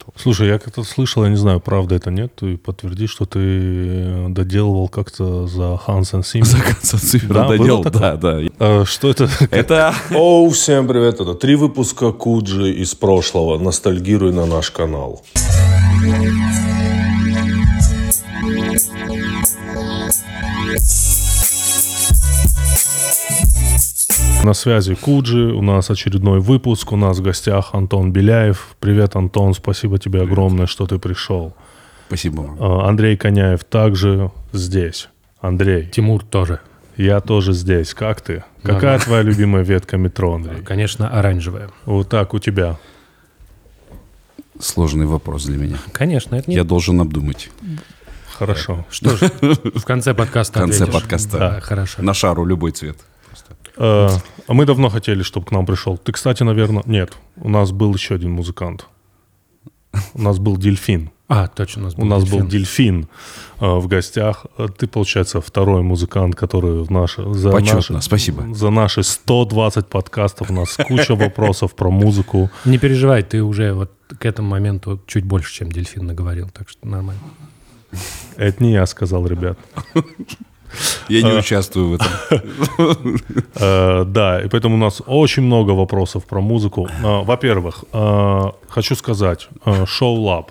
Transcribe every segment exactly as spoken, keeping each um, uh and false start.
приехал. Слушай, я как-то слышал, я не знаю, правда это нет, ты подтверди, что ты доделывал как-то за Hans and Zimmer. За Hans and Zimmer Да, доделал, было да, да. А, что это? Это... Оу, всем привет, это три выпуска Куджи из прошлого. Ностальгируй на наш канал. На связи Куджи, у нас очередной выпуск, у нас в гостях Антон Беляев. Привет, Антон, спасибо тебе Привет. огромное, что ты пришел. Спасибо вам. Андрей Коняев также здесь. Андрей. Тимур тоже. Я тоже здесь. Как ты? Какая Нормально. твоя любимая ветка метро, Андрей? Конечно, оранжевая. Вот так у тебя. Сложный вопрос для меня. Конечно, это не... Я должен обдумать. Хорошо. Что ж, в конце подкаста В конце ответишь. подкаста. Да, хорошо. На шару любой цвет. А, а мы давно хотели, чтобы к нам пришел. Ты, кстати, наверное... Нет, у нас был еще один музыкант. У нас был Дельфин. А, точно, у нас был У нас Дельфин. был Дельфин э, в гостях. Ты, получается, второй музыкант, который в наши, за, Почетно, наши, спасибо. за наши сто двадцать подкастов. У нас куча вопросов про музыку. Не переживай, ты уже вот к этому моменту чуть больше, чем Дельфин наговорил, так что нормально. Это не я сказал, ребят. Я не участвую в этом. Да, и поэтому у нас очень много вопросов про музыку. Во-первых, хочу сказать, шоу Lab.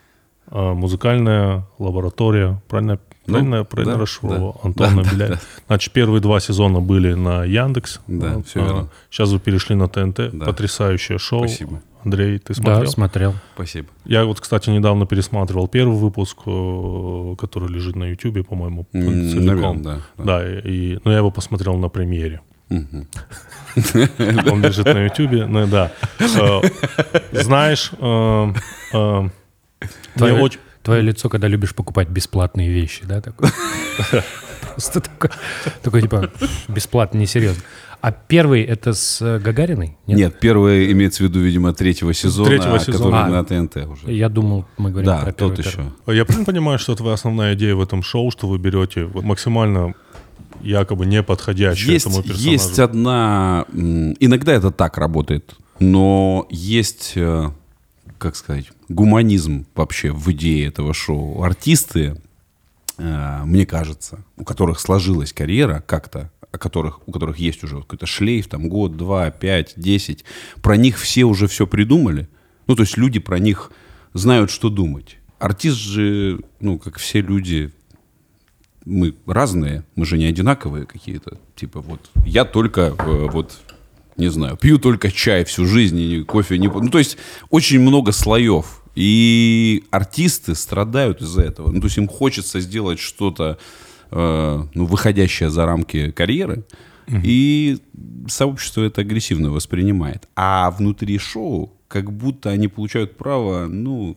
Музыкальная лаборатория, правильно, Ну, правильно я правильно да, расшифровал? да. Антона Да, Беляева. да. Значит, первые два сезона были на Яндекс. Да, Вот, все верно. Сейчас вы перешли на ТНТ. Да. Потрясающее шоу. Спасибо. Андрей, ты смотрел? Да, смотрел. Спасибо. Я вот, кстати, недавно пересматривал первый выпуск, э, который лежит на Ютубе, по-моему, М, целиком. наверное, да, да. Да, и, и- но я его посмотрел на премьере. Мгм. Он лежит на Ютубе, ну да. Э, Знаешь, э, э, мне Твое, очень... твое лицо, когда любишь покупать бесплатные вещи, да, такое? Просто такое, такое, типа, бесплатно, несерьезно. А первый это с э, Гагариной? Нет, первый имеется в виду, видимо, третьего сезона, Третьего сезона. который А. на ТНТ уже. Я думал, мы говорим Да, про тот первый. еще. Я правильно понимаю, что твоя основная идея в этом шоу, что вы берете вот максимально якобы не подходящую Есть, этому персонажу? есть одна... м, Иногда это так работает, но есть, э, как сказать, гуманизм вообще в идее этого шоу. Артисты, э, мне кажется, у которых сложилась карьера как-то, о которых, у которых есть уже какой-то шлейф, там год, два, пять, десять, про них все уже все придумали. Ну, то есть люди про них знают, что думать. Артист же, ну, как все люди, мы разные, мы же не одинаковые какие-то. Типа вот я только э, вот, не знаю, пью только чай всю жизнь, и кофе не... Ну, то есть очень много слоев. И артисты страдают из-за этого. Ну, то есть им хочется сделать что-то, э, ну, выходящее за рамки карьеры. Mm-hmm. И сообщество это агрессивно воспринимает. А внутри шоу как будто они получают право, ну,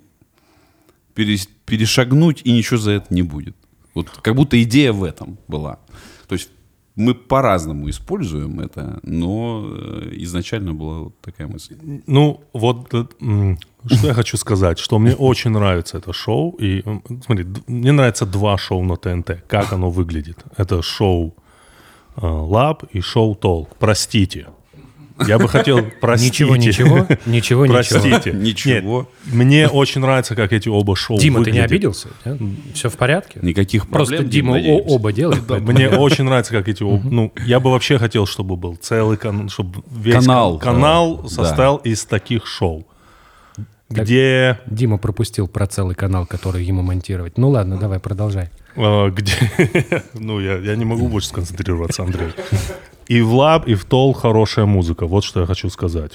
перес- перешагнуть, и ничего за это не будет. Вот как будто идея в этом была. То есть мы по-разному используем это, но э, изначально была вот такая мысль. Ну, вот э, м, что я хочу сказать, что мне очень нравится это шоу. И м, смотри, д- мне нравятся два шоу на ТНТ. Как оно выглядит? Это шоу э, Lab и шоу Talk. Простите. Я бы хотел... Простите. Ничего, ничего, ничего, ничего. Простите. Ничего. Нет, мне очень нравится, как эти оба шоу Дима, выглядят. ты не обиделся? Все в порядке? Никаких проблем. Просто Дима Дим, о- надеюсь. оба делает. Да, поэтому мне я- очень нравится, как эти... об- Ну, я бы вообще хотел, чтобы был целый канал, чтобы весь Канал, кан- канал да. состоял из таких шоу, Так. где, Дима пропустил про целый канал, который ему монтировать. Ну ладно, давай, продолжай. э, где, ну я, я не могу больше сконцентрироваться, Андрей. И в Lab, и в Talk хорошая музыка. Вот что я хочу сказать.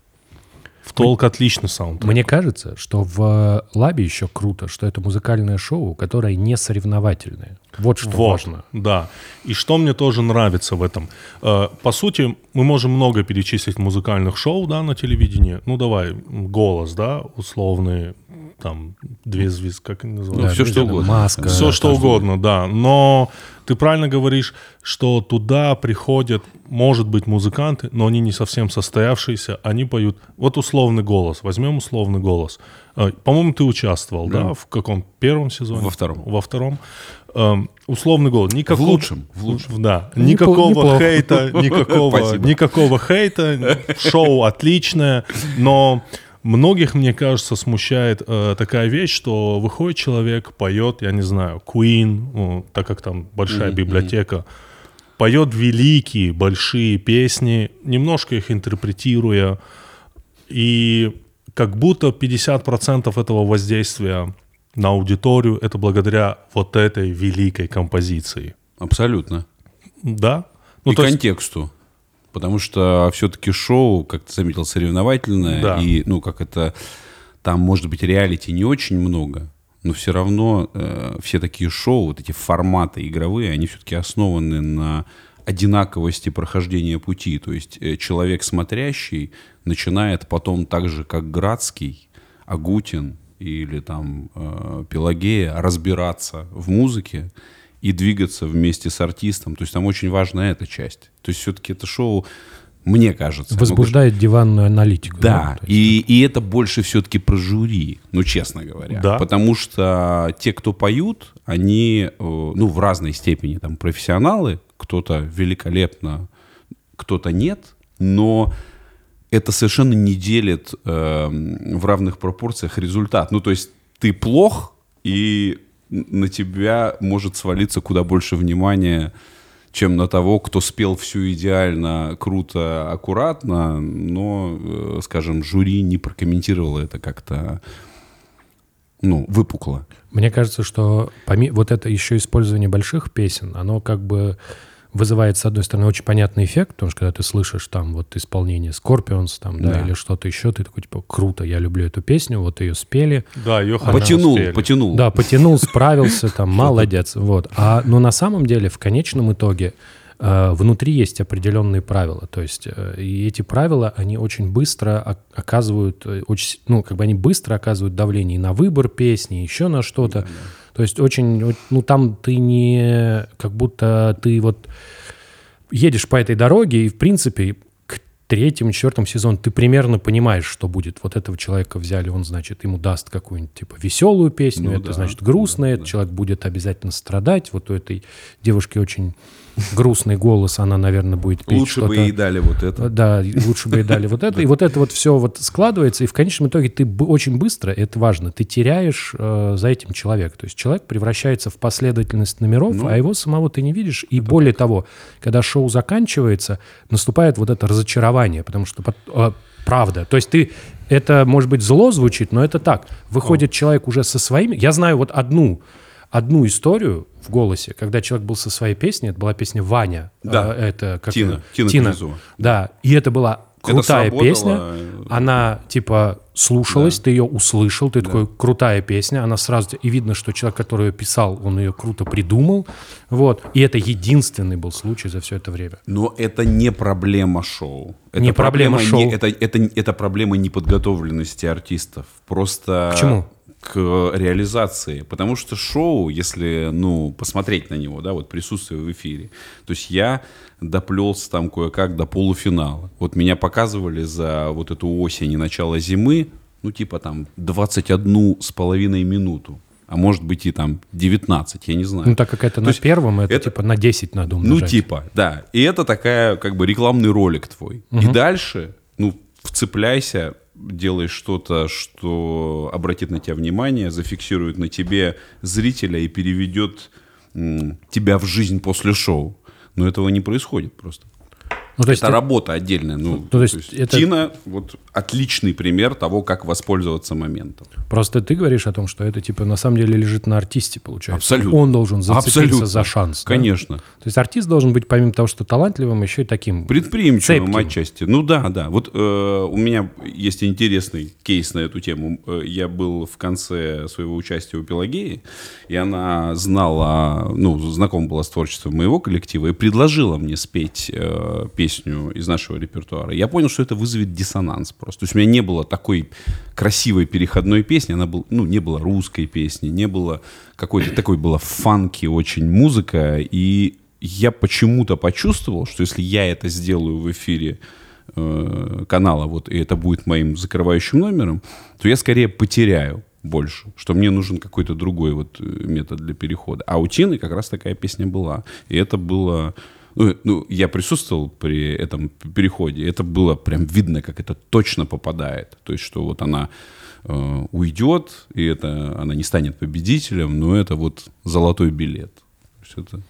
В Talk отличный саунд. Мне кажется, что в Лабе еще круто, что это музыкальное шоу, которое не соревновательное. Вот что Вот, важно. да. И что мне тоже нравится в этом. Э, По сути, мы можем много перечислить музыкальных шоу, да, на телевидении. Ну, давай, «Голос», да, условные, там, «Две звезды», как они называются? Ну, всё, что там угодно. Маска. Все, что там, угодно, да. Но ты правильно говоришь, что туда приходят, может быть, музыканты, но они не совсем состоявшиеся. Они поют... Вот условный голос. Возьмем условный голос. Э, По-моему, ты участвовал, да, Да. в каком? Первом сезоне? Во втором. Во втором. Эм, условный голос. Никакого, В лучшем, в лучшем. Да. Непл- Никакого неплохо. хейта, никакого, Спасибо. никакого хейта. Шоу отличное, но Многих, мне кажется, смущает э, такая вещь, что выходит человек, поет, я не знаю, Queen, ну, так как там большая mm-hmm. библиотека, поет великие, большие песни, немножко их интерпретируя, и как будто пятьдесят процентов этого воздействия на аудиторию — это благодаря вот этой великой композиции. Абсолютно. Да. Ну, и то контексту. Есть... Потому что все-таки шоу, как ты заметил, соревновательное. Да. И, ну, как это... Там, может быть, реалити не очень много, но все равно э, все такие шоу, вот эти форматы игровые, они все-таки основаны на одинаковости прохождения пути. То есть э, человек смотрящий начинает потом так же, как Градский, Агутин или там э, Пелагея, разбираться в музыке и двигаться вместе с артистом. То есть там очень важна эта часть. То есть все-таки это шоу, мне кажется... Возбуждает могу... диванную аналитику. Да, да? И, и это больше все-таки про жюри, ну, честно говоря. Да. Потому что те, кто поют, они, ну, в разной степени там профессионалы. Кто-то великолепно, кто-то нет. Но это совершенно не делит э, в равных пропорциях результат. Ну, то есть ты плох, и... на тебя может свалиться куда больше внимания, чем на того, кто спел все идеально, круто, аккуратно, но, скажем, жюри не прокомментировало это как-то, ну, выпукло. Мне кажется, что поми- вот это еще использование больших песен, оно как бы вызывает, с одной стороны, очень понятный эффект, потому что когда ты слышишь там вот исполнение Scorpions там, да, да. или что-то еще, ты такой, типа, круто, я люблю эту песню, вот ее спели. Да, ее потянул, успели. потянул. Да, потянул, справился, там, молодец, вот. А, но на самом деле, в конечном итоге, э, внутри есть определенные правила, то есть э, и эти правила, они очень быстро оказывают, очень, ну, как бы они быстро оказывают давление и на выбор песни, еще на что-то. Да, да. То есть очень, ну, там ты не, как будто ты вот едешь по этой дороге, и, в принципе, к третьему, четвертому сезону ты примерно понимаешь, что будет. Вот этого человека взяли, он, значит, ему даст какую-нибудь, типа, веселую песню, ну, это, да, значит, грустная, да, этот да. человек будет обязательно страдать. Вот у этой девушки очень грустный голос, она, наверное, будет петь лучше что-то. бы ей дали вот это. Да, лучше бы ей дали вот это. И вот это вот все вот складывается, и в конечном итоге ты очень быстро, это важно, ты теряешь э, за этим человека. То есть человек превращается в последовательность номеров, ну, а его самого ты не видишь. И более так. того, когда шоу заканчивается, наступает вот это разочарование, потому что э, правда. То есть ты, это, может быть, зло звучит, но это так. Выходит О. человек уже со своими... Я знаю вот одну... одну историю в голосе, когда человек был со своей песней, это была песня «Ваня». Да, э, это как Тина, Тина, Тина. Да, и это была крутая это песня. Она, типа, слушалась, да. ты ее услышал, ты да. такой, крутая песня, она сразу... И видно, что человек, который ее писал, он ее круто придумал. Вот. И это единственный был случай за все это время. Но это не проблема шоу. Это не проблема, проблема шоу. Не, это, это, это проблема неподготовленности артистов. Просто... К чему? К реализации, потому что шоу, если, ну, посмотреть на него, да, вот присутствие в эфире, то есть я доплелся там кое-как до полуфинала. Вот меня показывали за вот эту осень и начало зимы, ну, типа там двадцать одну с половиной минуту, а может быть и там девятнадцать, я не знаю. Ну, так как это то на есть первом, это, это типа на десять надо умножать. Ну, типа, да. И это такая, как бы, рекламный ролик твой. Угу. И дальше, ну, вцепляйся, делай что-то, что обратит на тебя внимание, зафиксирует на тебе зрителя и переведет м, тебя в жизнь после шоу. Но этого не происходит просто. Ну, то есть это, это работа отдельная. Ну, ну, то есть, то есть это... Тина вот отличный пример того, как воспользоваться моментом. Просто ты говоришь о том, что это типа на самом деле лежит на артисте, получается. Абсолютно. Он должен зацепиться Абсолютно. за шанс. Конечно. Да? То есть артист должен быть, помимо того, что талантливым, еще и таким предприимчивым цепким. отчасти. Ну да, да. Вот э, у меня есть интересный кейс на эту тему. Я был в конце своего участия у Пелагеи, и она знала, ну, знакома была с творчеством моего коллектива и предложила мне спеть э, песню из нашего репертуара. Я понял, что это вызовет диссонанс просто. То есть у меня не было такой красивой переходной песни, она был, ну, не было русской песни, не было какой-то такой, была фанки очень музыка, и я почему-то почувствовал, что если я это сделаю в эфире э, канала, вот, и это будет моим закрывающим номером, то я скорее потеряю больше, что мне нужен какой-то другой вот метод для перехода. А у Тины как раз такая песня была. И это было Ну, ну, я присутствовал при этом переходе. Это было прям видно, как это точно попадает. То есть, что вот она э, уйдет, и это она не станет победителем, но это вот золотой билет. То есть это...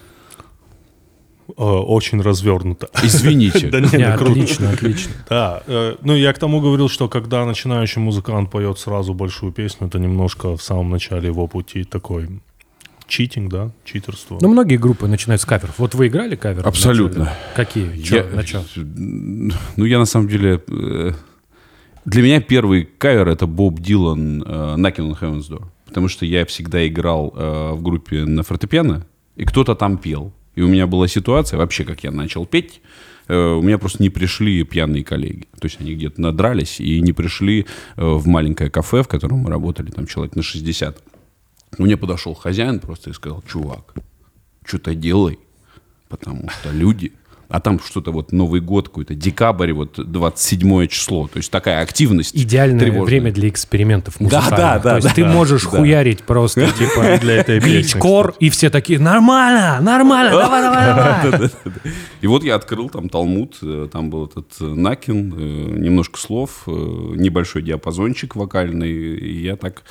Очень развернуто. Извините. Да нет, Не, ну, круто. отлично, отлично. Да, э, ну я к тому говорил, что когда начинающий музыкант поет сразу большую песню, это немножко в самом начале его пути такой читинг, да, читерство. Ну, многие группы начинают с каверов. Вот вы играли каверы? Абсолютно. Какие? Чё, Я- на чё? Ну, я на самом деле... э, Для меня первый кавер — это Боб Дилан э, «Knocking on Heaven's Door». Потому что я всегда играл э, в группе на фортепиано, и кто-то там пел. И у меня была ситуация, вообще, как я начал петь, э, у меня просто не пришли пьяные коллеги. То есть они где-то надрались и не пришли э, в маленькое кафе, в котором мы работали, там человек на шестьдесят. Ко мне подошел хозяин просто и сказал: чувак, что-то делай, потому что люди... А там что-то вот Новый год какой-то, декабрь, вот двадцать седьмое число. То есть такая активность Идеальное тревожная. время для экспериментов Да, музыкальных. да, да, То есть да, ты можешь да. хуярить просто, типа, Для этой пить песни, кор, и все такие: нормально, нормально, давай, давай, давай. И вот я открыл там Талмуд, э, там был этот э, Накин, э, немножко слов, э, небольшой диапазончик вокальный, и я так...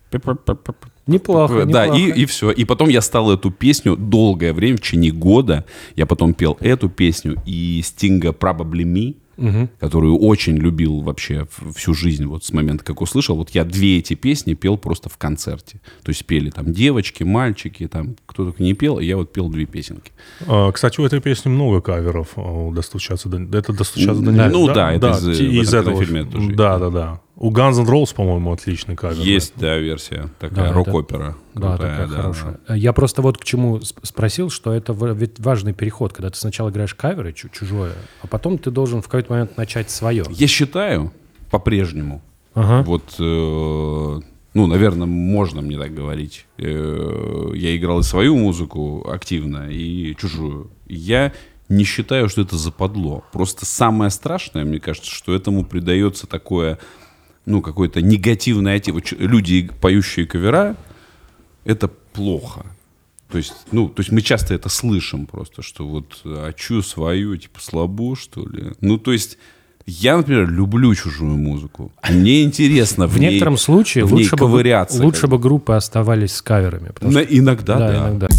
Неплохо, Да, неплохо. и, и все. И потом я стал эту песню долгое время, в течение года, я потом пел эту песню и Стинга «Probably Me», Мгм. которую очень любил вообще в- всю жизнь, вот с момента, как услышал. Вот я две эти песни пел просто в концерте. То есть пели там девочки, мальчики, там кто только не пел, и я вот пел две песенки. А, Кстати, у этой песни много каверов. а, у «Достучаться до...» Это «Достучаться до Да, небес», ну да, это из, те- в из этом этого фильме фи- тоже Да, есть. да, да. У Guns N' Roses, по-моему, отличный кавер. Есть, да, версия такая, Да, рок-опера. Да, крутая, такая да, хорошая. Я просто вот к чему сп- спросил, что это в- ведь важный переход, когда ты сначала играешь каверы, чу- чужое, а потом ты должен в какой-то момент начать свое. Я считаю, по-прежнему, Ага. вот, э, ну, наверное, можно мне так говорить. Э, я играл и свою музыку активно, и чужую. Я не считаю, что это западло. Просто самое страшное, мне кажется, что этому придается такое, ну, какое-то негативное оттенок. Вот ч- люди, поющие кавера, это плохо. То есть, ну, то есть мы часто это слышим просто, что вот, а чё свою, типа, слабо, что ли? Ну, то есть я, например, люблю чужую музыку. Мне интересно в, В ней- некотором случае в ней лучше, бы, ковыряться. лучше как бы группы оставались с каверами. потому бы. что- На- иногда, да. иногда.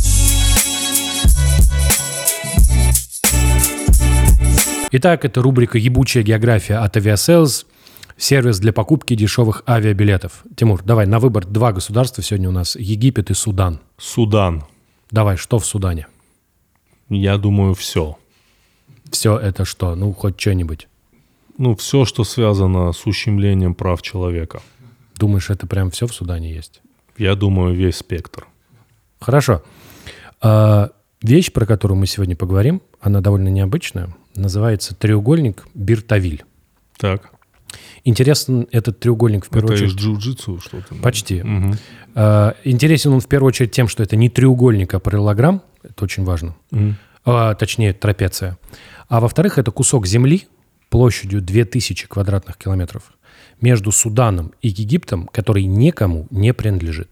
Итак, это рубрика «Ебучая география» от Aviasales, сервис для покупки дешевых авиабилетов. Тимур, давай, на выбор два государства сегодня у нас: Египет и Судан. Судан. Давай, что в Судане? Я думаю, все. Все это что? Ну, хоть что-нибудь. Ну, все, что связано с ущемлением прав человека. Думаешь, это прям все в Судане есть? Я думаю, весь спектр. Хорошо. А, вещь, про которую мы сегодня поговорим, она довольно необычная. Называется треугольник Биртавиль. Так. Интересен этот треугольник в первую Это из очередь. джиу-джитсу что-то. Почти. Мгм. А, интересен он в первую очередь тем, что это не треугольник, а параллелограмм. Это очень важно. Мгм. А, точнее, трапеция. А во-вторых, это кусок земли площадью две тысячи квадратных километров между Суданом и Египтом, который никому не принадлежит.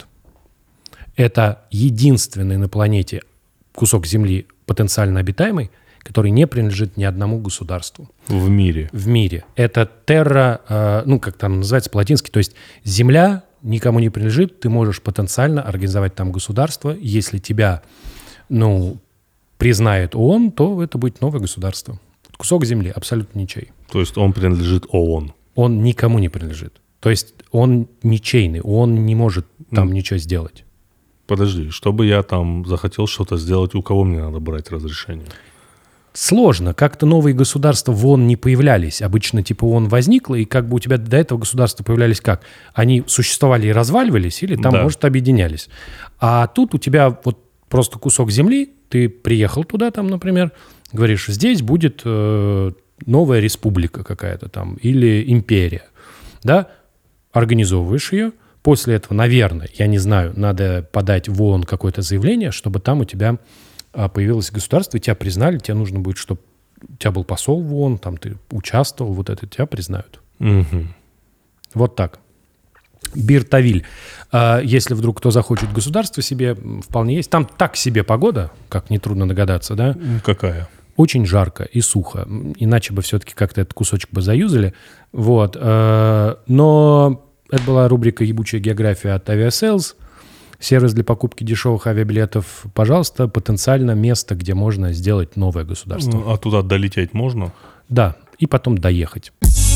Это единственный на планете кусок земли потенциально обитаемый, который не принадлежит ни одному государству В мире. в мире. Это терра, э, ну, как там называется по-латински, то есть земля никому не принадлежит, ты можешь потенциально организовать там государство. Если тебя, ну, признает ООН, то это будет новое государство. Кусок земли абсолютно ничей. То есть он принадлежит ООН. Он никому не принадлежит. То есть он ничейный, он не может там Mm. ничего сделать. Подожди, чтобы я там захотел что-то сделать, у кого мне надо брать разрешение? Сложно. Как-то новые государства в ООН не появлялись. Обычно типа ООН возникло, и как бы у тебя до этого государства появлялись как? Они существовали и разваливались, или там, Да. может, объединялись. А тут у тебя вот просто кусок земли, ты приехал туда там, например, говоришь, здесь будет э, новая республика какая-то там, или империя, да? Организовываешь ее. После этого, наверное, я не знаю, надо подать в ООН какое-то заявление, чтобы там у тебя а, появилось государство, и тебя признали, тебе нужно будет, чтобы у тебя был посол в ООН, там ты участвовал, вот это тебя признают. Мгм. Вот так. Биртавиль. А, если вдруг кто захочет государство себе, вполне есть. Там так себе погода, как нетрудно догадаться, да? Какая? Очень жарко и сухо. Иначе бы все-таки как-то этот кусочек бы заюзали. Вот. А, но это была рубрика «Ебучая география» от Aviasales. Сервис для покупки дешевых авиабилетов. Пожалуйста, потенциально место, где можно сделать новое государство. А туда долететь можно? Да, и потом доехать.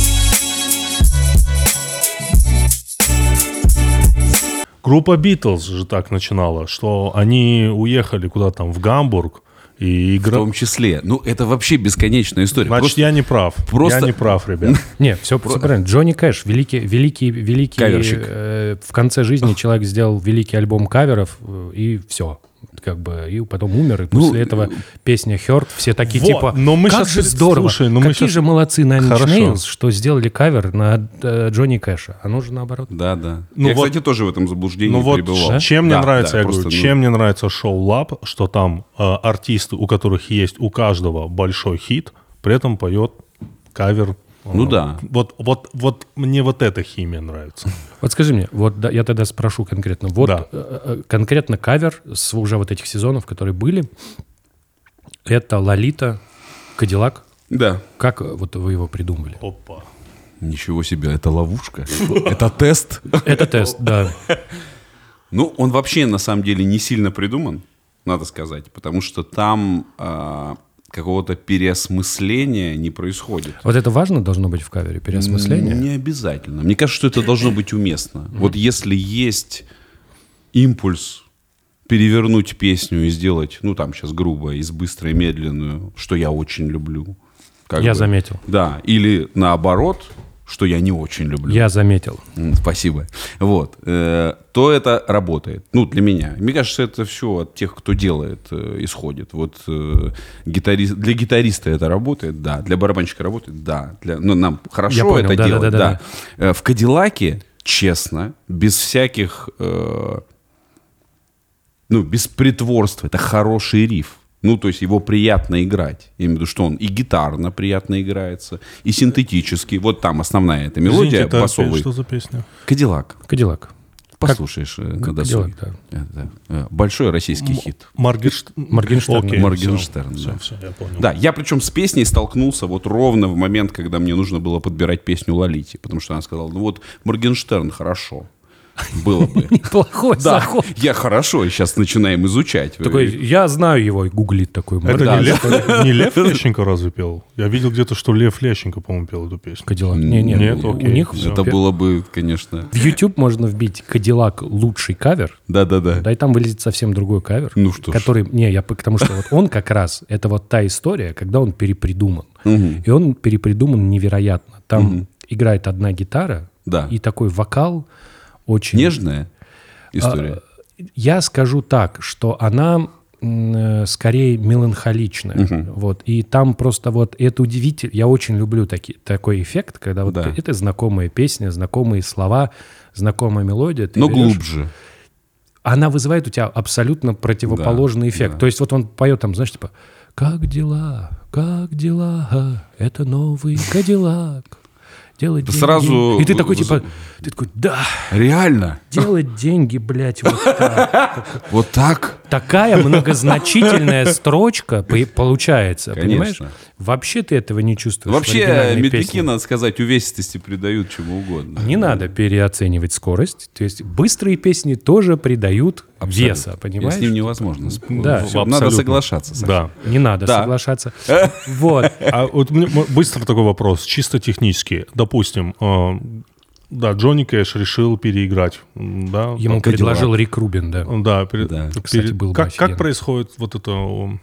Группа Битлз же так начинала, что они уехали куда-то там в Гамбург и В играли. том числе. Ну, это вообще бесконечная история. Значит, Просто- я не прав. просто- Я не прав, ребят. Не, все, все правильно. Джонни Кэш, великий, великий, великий... Каверщик. э, в конце жизни человек сделал великий альбом каверов, э, и все. Как бы, и потом умер, и Ну, после этого песня «Hurt», все такие вот, типа, но мы как щас- же здорово, слушай, но мы какие щас- же молодцы Nine Inch Хорошо. Nails, что сделали кавер на э, Джонни Кэша. Оно же наоборот. Да, да. Ну я, вот- кстати, тоже в этом заблуждении Ну вот пребывал. чем мне Да, нравится, да, я просто, говорю, ну, чем мне нравится шоу Lab, что там э, артисты, у которых есть у каждого большой хит, при этом поет кавер. э, Ну да. Вот, вот, вот мне вот эта химия нравится. Вот скажи мне, вот да, я тогда спрошу конкретно, вот Да. э, э, конкретно кавер с уже вот этих сезонов, которые были, это «Лолита», «Кадиллак». Да. Как э, вот вы его придумали? Опа. Ничего себе, это ловушка. Это тест. Это тест, да. Ну, он вообще, на самом деле, не сильно придуман, надо сказать, потому что там а, какого-то переосмысления не происходит. Вот это важно должно быть в кавере, переосмысление? Не обязательно. Мне кажется, что это должно быть уместно. Вот если есть импульс перевернуть песню и сделать, ну, там сейчас грубо, из быстрой медленную, что я очень люблю. как Я бы. заметил. Да, или наоборот, что я не очень люблю. Я заметил. М, Спасибо. Вот. Э, то это работает. Ну, для меня. Мне кажется, это все от тех, кто делает, э, исходит. Вот э, гитарист, для гитариста это работает, да. Для барабанщика работает, да. Для, ну, нам хорошо Я понял, это да, делать, да, да, да. Э, В Кадиллаке, честно, без всяких, э, ну, без притворства, это хороший риф. Ну, то есть его приятно играть. Я имею в виду, что он и гитарно приятно играется, и синтетически. Вот там основная эта мелодия Извините, это опять басовой. что за песня? Кадиллак. Кадиллак. Послушаешь э, на досуге. Кадиллак, Это, э, большой российский хит. Маргенштерн. Моргенштерн. Окей, Моргенштерн, Все, да. все, я понял. Да, я причем с песней столкнулся вот ровно в момент, когда мне нужно было подбирать песню Лолите, потому что она сказала, ну вот Моргенштерн хорошо. Было бы. Неплохой Да, заход. я хорошо, сейчас начинаем изучать. Такой, я знаю его, и гуглит такой. Это Да, не, Лев, не Лев Лещенко разве пел? Я видел где-то, что Лев Лещенко, по-моему, пел эту песню. Кадиллак. Не, не, Нет, у окей. них Всё. Это было бы, конечно... в YouTube можно вбить «Кадиллак лучший кавер», Да-да-да. да, и там вылезет совсем другой кавер. Ну что ж. Который, не, я потому что вот он как раз, это вот та история, когда он перепридуман. И он перепридуман невероятно. Там играет одна гитара, Да. и такой вокал очень... Нежная история. Я скажу так, что она м, э, скорее меланхоличная. Вот. И там просто вот это удивительно. Я очень люблю таки, такой эффект, когда вот Да. это знакомая песня, знакомые слова, знакомая мелодия. ты Но берешь, глубже. она вызывает у тебя абсолютно противоположный Да, эффект. да. То есть вот он поет там, знаешь, типа «Как дела, как дела, это новый Кадиллак». Делать Ты деньги. сразу- И ты такой, типа, ты такой, да, Реально? делать деньги, блядь, вот так. Вот так? Такая многозначительная строчка по- получается, Конечно. понимаешь? Вообще ты этого не чувствуешь. в Вообще, оригинальной медляки, песне. надо сказать, увесистости придают чему угодно. Не надо переоценивать скорость. То есть быстрые песни тоже придают веса, И понимаешь? с ним невозможно спорить. Да. Всё, надо Абсолютно. соглашаться. Саша. Да. Не надо Да. соглашаться. Вот. А вот мне м- быстро такой вопрос, чисто технически. Допустим, э, да, Джонни Кэш решил переиграть. м, Да, Ему Кадиллак. предложил Рик Рубин, да. Да, пере- Да. пере- Кстати, было бы как, офигенно. как происходит вот это о,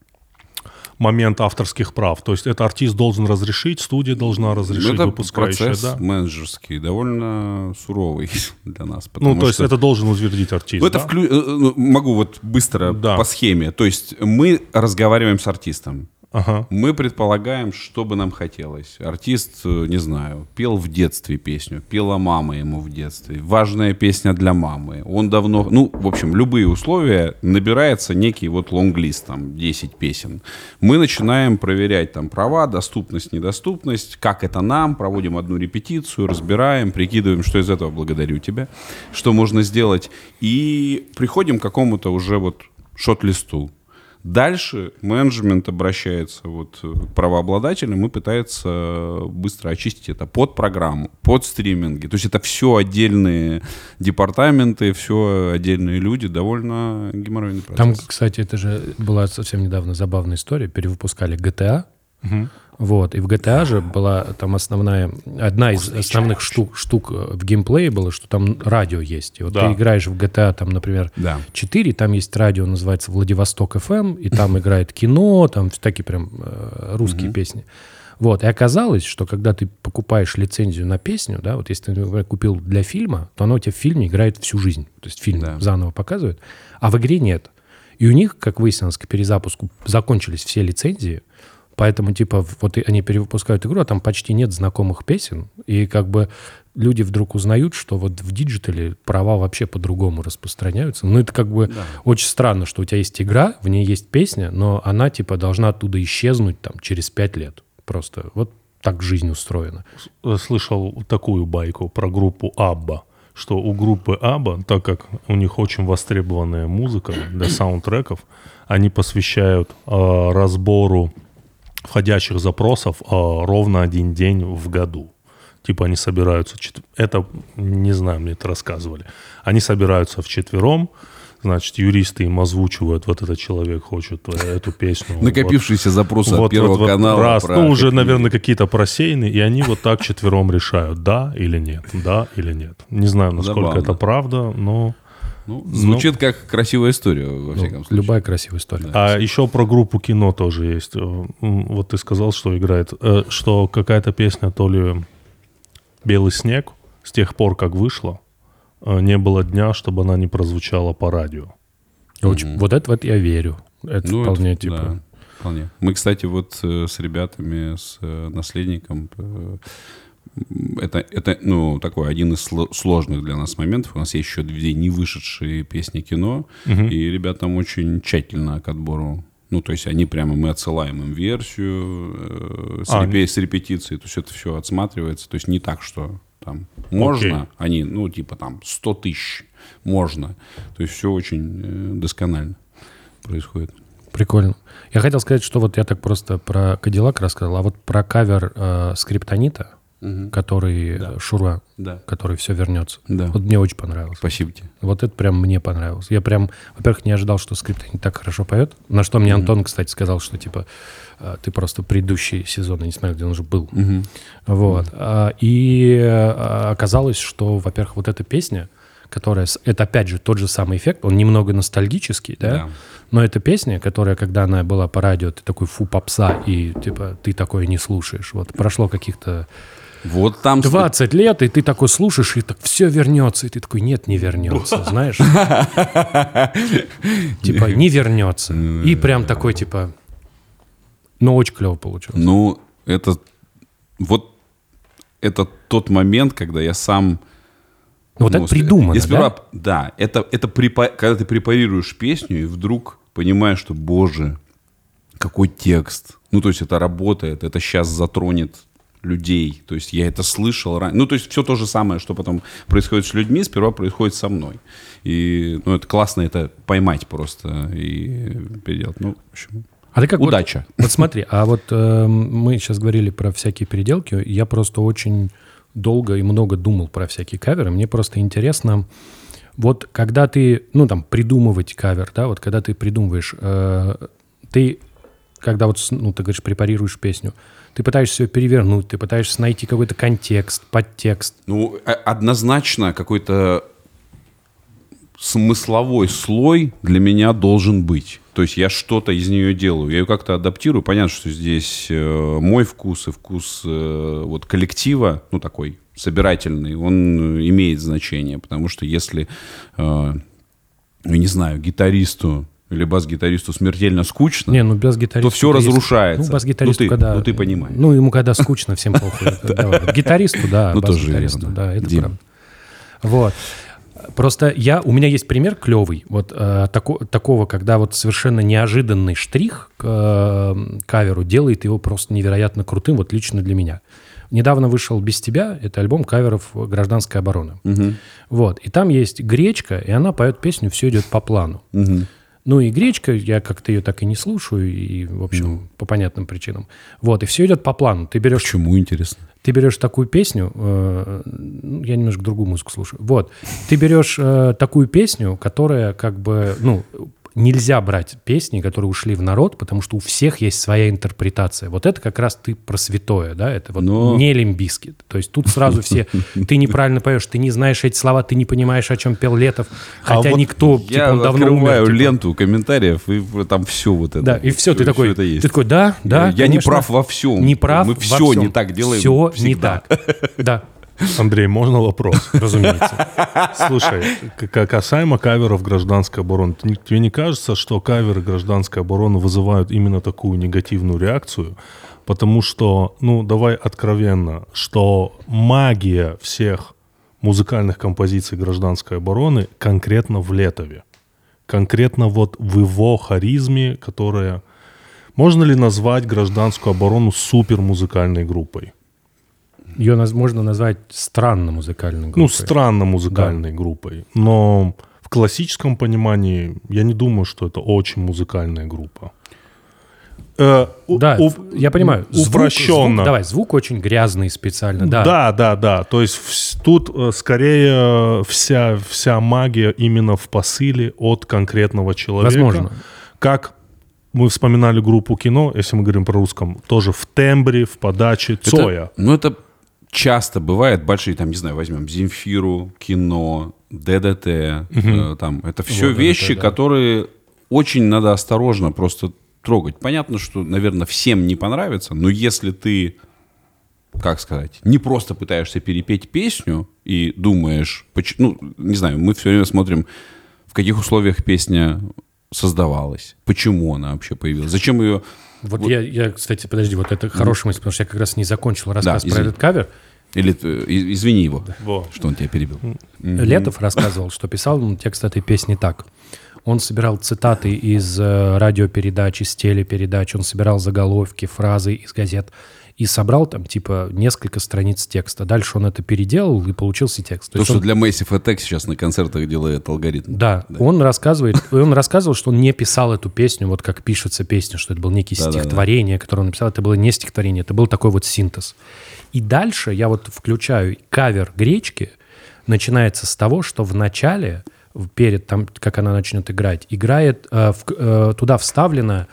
момент авторских прав? То есть это артист должен разрешить, студия должна разрешить, Ну, это выпускающая, процесс да? менеджерский, довольно суровый для нас. потому Ну, то есть что- это должен утвердить артист, Ну, это да? вклю- э, ну, могу вот быстро Да. по схеме. То есть мы разговариваем с артистом. Ага. Мы предполагаем, что бы нам хотелось. Артист, не знаю, пел в детстве песню, пела мама ему в детстве. Важная песня для мамы. Он давно... Ну, в общем, любые условия. Набирается некий вот лонглист, там, десять песен. Мы начинаем проверять там права, доступность, недоступность, как это нам, проводим одну репетицию, разбираем, прикидываем, что из этого благодарю тебя, что можно сделать. И приходим к какому-то уже вот шот-листу. Дальше менеджмент обращается вот к правообладателям и пытается быстро очистить это под программу, под стриминги. То есть это все отдельные департаменты, все отдельные люди, довольно геморройный процесс. Там, кстати, это же была совсем недавно забавная история. Перевыпускали джи ти эй. Угу. Вот, и в джи ти эй же была там основная, одна из основных штук, штук в геймплее была, что там радио есть. И вот да. ты играешь в джи ти эй, там, например, да. четыре, там есть радио, называется Владивосток эф эм, и там играет кино, там такие прям э, русские mm-hmm. песни. Вот, и оказалось, что когда ты покупаешь лицензию на песню, да, вот если ты, например, купил для фильма, то оно у тебя в фильме играет всю жизнь. То есть фильм да. заново показывают, а в игре нет. И у них, как выяснилось, к перезапуску закончились все лицензии. Поэтому, типа, вот они перевыпускают игру, а там почти нет знакомых песен. И как бы люди вдруг узнают, что вот в диджитале права вообще по-другому распространяются. Ну, это как бы да. очень странно, что у тебя есть игра, в ней есть песня, но она, типа, должна оттуда исчезнуть там через пять лет. Просто вот так жизнь устроена. Слышал такую байку про группу Абба, что у группы Абба, так как у них очень востребованная музыка для саундтреков, они посвящают э, разбору входящих запросов а, ровно один день в году. Типа они собираются... Это, не знаю, мне это рассказывали. Они собираются вчетвером, значит, юристы им озвучивают, вот этот человек хочет эту песню. Накопившиеся вот, запросы вот, от Первого вот, канала. Раз, ну, уже, наверное, какие-то просеяны, и они вот так четвером решают, да или нет, да или нет. Не знаю, насколько Забавно. Это правда, но... Ну, звучит ну, как красивая история, во всяком ну, случае. Любая красивая история. А еще про группу кино тоже есть. Вот ты сказал, что играет, что какая-то песня, то ли «Белый снег», с тех пор, как вышла, не было дня, чтобы она не прозвучала по радио. Очень, mm-hmm. Вот это вот я верю. Это ну, вполне это, типа... Да, вполне. Мы, кстати, вот с ребятами, с наследником... Это, это, ну, такой один из сложных для нас моментов. У нас есть еще две не вышедшие песни кино, угу. и ребятам очень тщательно к отбору. Ну, то есть они прямо, мы отсылаем им версию э, с, а, репе, с репетицией, то есть это все отсматривается. То есть не так, что там можно, окей. они, ну, типа там сто тысяч можно. То есть все очень э, досконально происходит. Прикольно. Я хотел сказать, что вот я так просто про Кадиллак рассказал, а вот про кавер э, Скриптонита, угу. который да. Шура, да. который все вернется. Да. Вот мне очень понравилось. Спасибо тебе. Вот это прям мне понравилось. Я прям, во-первых, не ожидал, что Скриптонит так хорошо поет. На что мне угу. Антон, кстати, сказал, что типа ты просто предыдущий сезон не смотрел, где он уже был. Угу. Вот. Угу. И оказалось, что, во-первых, вот эта песня, которая, это опять же тот же самый эффект, он немного ностальгический, да? Да. Но эта песня, которая, когда она была по радио, ты такой фу попса, и типа ты такое не слушаешь. Вот прошло каких-то вот там двадцать лет, и ты такой слушаешь, и так все вернется, и ты такой, нет, не вернется, знаешь? Типа не вернется. И прям такой типа, ну очень клево получилось. Ну это вот это тот момент, когда я сам вот ну, это придумано, сперва, да? Да, это, это препа... когда ты препарируешь песню и вдруг понимаешь, что, боже, какой текст. Ну, то есть это работает, это сейчас затронет людей. То есть я это слышал раньше. Ну, то есть все то же самое, что потом происходит с людьми, сперва происходит со мной. И, ну, это классно это поймать просто и переделать. Ну, в общем... А ты как удача. Вот, вот смотри, а вот э, мы сейчас говорили про всякие переделки. Я просто очень... долго и много думал про всякие каверы. Мне просто интересно, вот когда ты, ну, там, придумывать кавер, да, вот когда ты придумываешь, э, ты, когда вот, ну, ты говоришь, препарируешь песню, ты пытаешься ее перевернуть, ты пытаешься найти какой-то контекст, подтекст. Ну, однозначно какой-то смысловой слой для меня должен быть. То есть я что-то из нее делаю, я ее как-то адаптирую. Понятно, что здесь э, мой вкус и вкус э, вот коллектива, ну такой собирательный, он имеет значение. Потому что если, э, я не знаю, гитаристу или бас-гитаристу смертельно скучно, Не, ну бас-гитарист. то все разрушается. Ну, бас-гитаристу, ну, ты, когда... ну, ты понимаешь. Ну, ему когда скучно, всем похуй. Гитаристу, да, Ну, тоже бас-гитаристу, верно. да, это Дим. правда. Вот. Просто я, у меня есть пример клевый, вот э, тако, такого, когда вот совершенно неожиданный штрих к э, каверу делает его просто невероятно крутым, вот лично для меня. Недавно вышел «Без тебя», это альбом каверов «Гражданская оборона». Угу. Вот, и там есть Гречка, и она поет песню «Все идет по плану». Угу. Ну и Гречка, я как-то ее так и не слушаю, и, в общем, Ну. по понятным причинам. Вот, и все идет по плану. Ты берешь... Почему, интересно? Ты берешь такую песню, э, я немножко другую музыку слушаю. Вот, ты берешь э, такую песню, которая как бы, ну, нельзя брать песни, которые ушли в народ, потому что у всех есть своя интерпретация. Вот это как раз ты про святое, да, это вот Но... не Лимп Бизкит. То есть тут сразу все, ты неправильно поешь, ты не знаешь эти слова, ты не понимаешь, о чем пел Летов, хотя А вот никто, Я типа, он давно открываю умер. типа. ленту комментариев, и там все вот это. Да, и все, ты такой, это есть. ты такой, да, да, Я не конечно, прав во всем. не прав Мы во все всем. не так делаем Все не всегда. так, да. Андрей, можно вопрос? Разумеется. Слушай, к- касаемо каверов гражданской обороны, т- тебе не кажется, что каверы гражданской обороны вызывают именно такую негативную реакцию? Потому что, ну, давай откровенно, что магия всех музыкальных композиций гражданской обороны конкретно в Летове. Конкретно вот в его харизме, которая... Можно ли назвать гражданскую оборону супермузыкальной группой? Ее наз- можно назвать странно музыкальной группой. Ну, странно музыкальной группой. Но в классическом понимании я не думаю, что это очень музыкальная группа. Э, у- Да, у- я понимаю. Звук- Упрощенно. звук- давай, звук очень грязный специально. Да. Да, да, да. То есть вс- тут э, скорее вся, вся магия именно в посыле от конкретного человека. Возможно. Как мы вспоминали группу «Кино», если мы говорим про русском, тоже в тембре, в подаче Это- Цоя. Ну, это часто бывает. Большие, там, не знаю, возьмем Земфиру, Кино, ДДТ. э, там, это все Вот вещи, ДДТ, да. которые очень надо осторожно просто трогать. Понятно, что, наверное, всем не понравится, но если ты, как сказать, не просто пытаешься перепеть песню и думаешь, поч- ну, не знаю, мы все время смотрим, в каких условиях песня создавалась, почему она вообще появилась, зачем ее... Вот, Вот. Я, я, кстати, подожди, вот это хорошая мысль, потому что я как раз не закончил рассказ Да, про извини. этот кавер. Или э, и- извини его, Во. что он тебя перебил. Летов рассказывал, что писал он текст этой песни так. Он собирал цитаты из э, радиопередач, из телепередач, он собирал заголовки, фразы из газет и собрал там типа несколько страниц текста. Дальше он это переделал, и получился текст. То То, есть что он- для Massive Attack сейчас на концертах делает алгоритм. Да, он рассказывает, он рассказывал, что он не писал эту песню, вот как пишется песня, что это было некие Да-да-да. стихотворение, которое он написал, это было не стихотворение, это был такой вот синтез. И дальше я вот включаю кавер Гречки, начинается с того, что в начале, в- перед там, как она начнет играть, играет, э, в- э, туда вставлено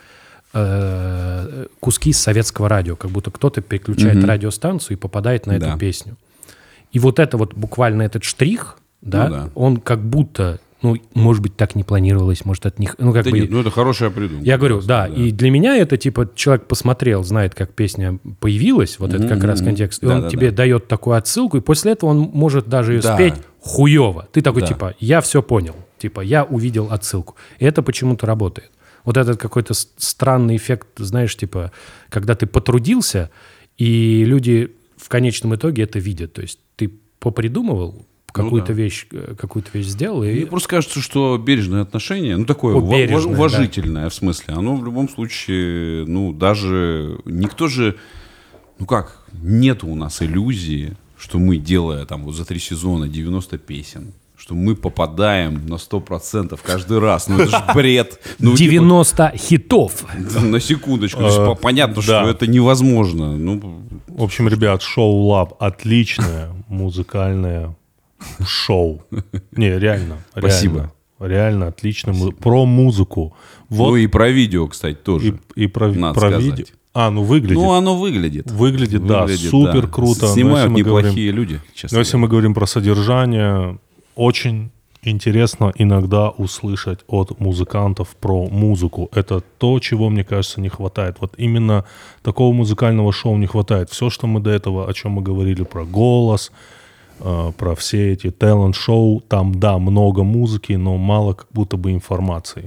э, куски из советского радио, как будто кто-то переключает Мгм. радиостанцию и попадает на Да. эту песню. И вот это вот буквально этот штрих, да, Ну да. он как будто, ну, может быть, так не планировалось, может, от них, ну, как Да бы... нет, ну это хорошая придумка. Я говорю, просто, да, и для меня это типа человек посмотрел, знает, как песня появилась, вот это как раз Мгм. контекст, и Да, он да, тебе да. дает такую отсылку, и после этого он может даже ее Да. спеть хуево. Ты такой Да. типа, я все понял, типа, я увидел отсылку. И это почему-то работает. Вот этот какой-то с- странный эффект, знаешь, типа, когда ты потрудился, и люди в конечном итоге это видят. То есть ты попридумывал какую-то да. вещь, э, какую-то вещь сделал, и Мне просто кажется, что бережное отношение, ну такое О, ува- бережное, уважительное, в смысле, оно в любом случае, ну даже никто же, ну как, нет у нас иллюзии, что мы, делая там вот за три сезона девяносто песен, что мы попадаем на сто процентов каждый раз. Ну это же бред. Ну, типа, девяносто хитов. на секундочку. То есть Э, по- понятно, да. что это невозможно. Ну, В общем, ребят, шоу Лаб отличное музыкальное шоу. Не, реально. Спасибо. Реально, реально отлично. Мы- Про музыку. Вот ну и про видео, кстати, тоже. и, и про, надо про сказать. видео. А, ну выглядит. Ну, оно выглядит. Выглядит, да, Выглядит, супер да. круто. Но Снимают если мы неплохие говорим- люди, честно Но если говоря. мы говорим про содержание, очень интересно иногда услышать от музыкантов про музыку. Это то, чего, мне кажется, не хватает. Вот именно такого музыкального шоу не хватает. Все, что мы до этого, о чем мы говорили, про голос, э, про все эти талант-шоу, там, да, много музыки, но мало как будто бы информации.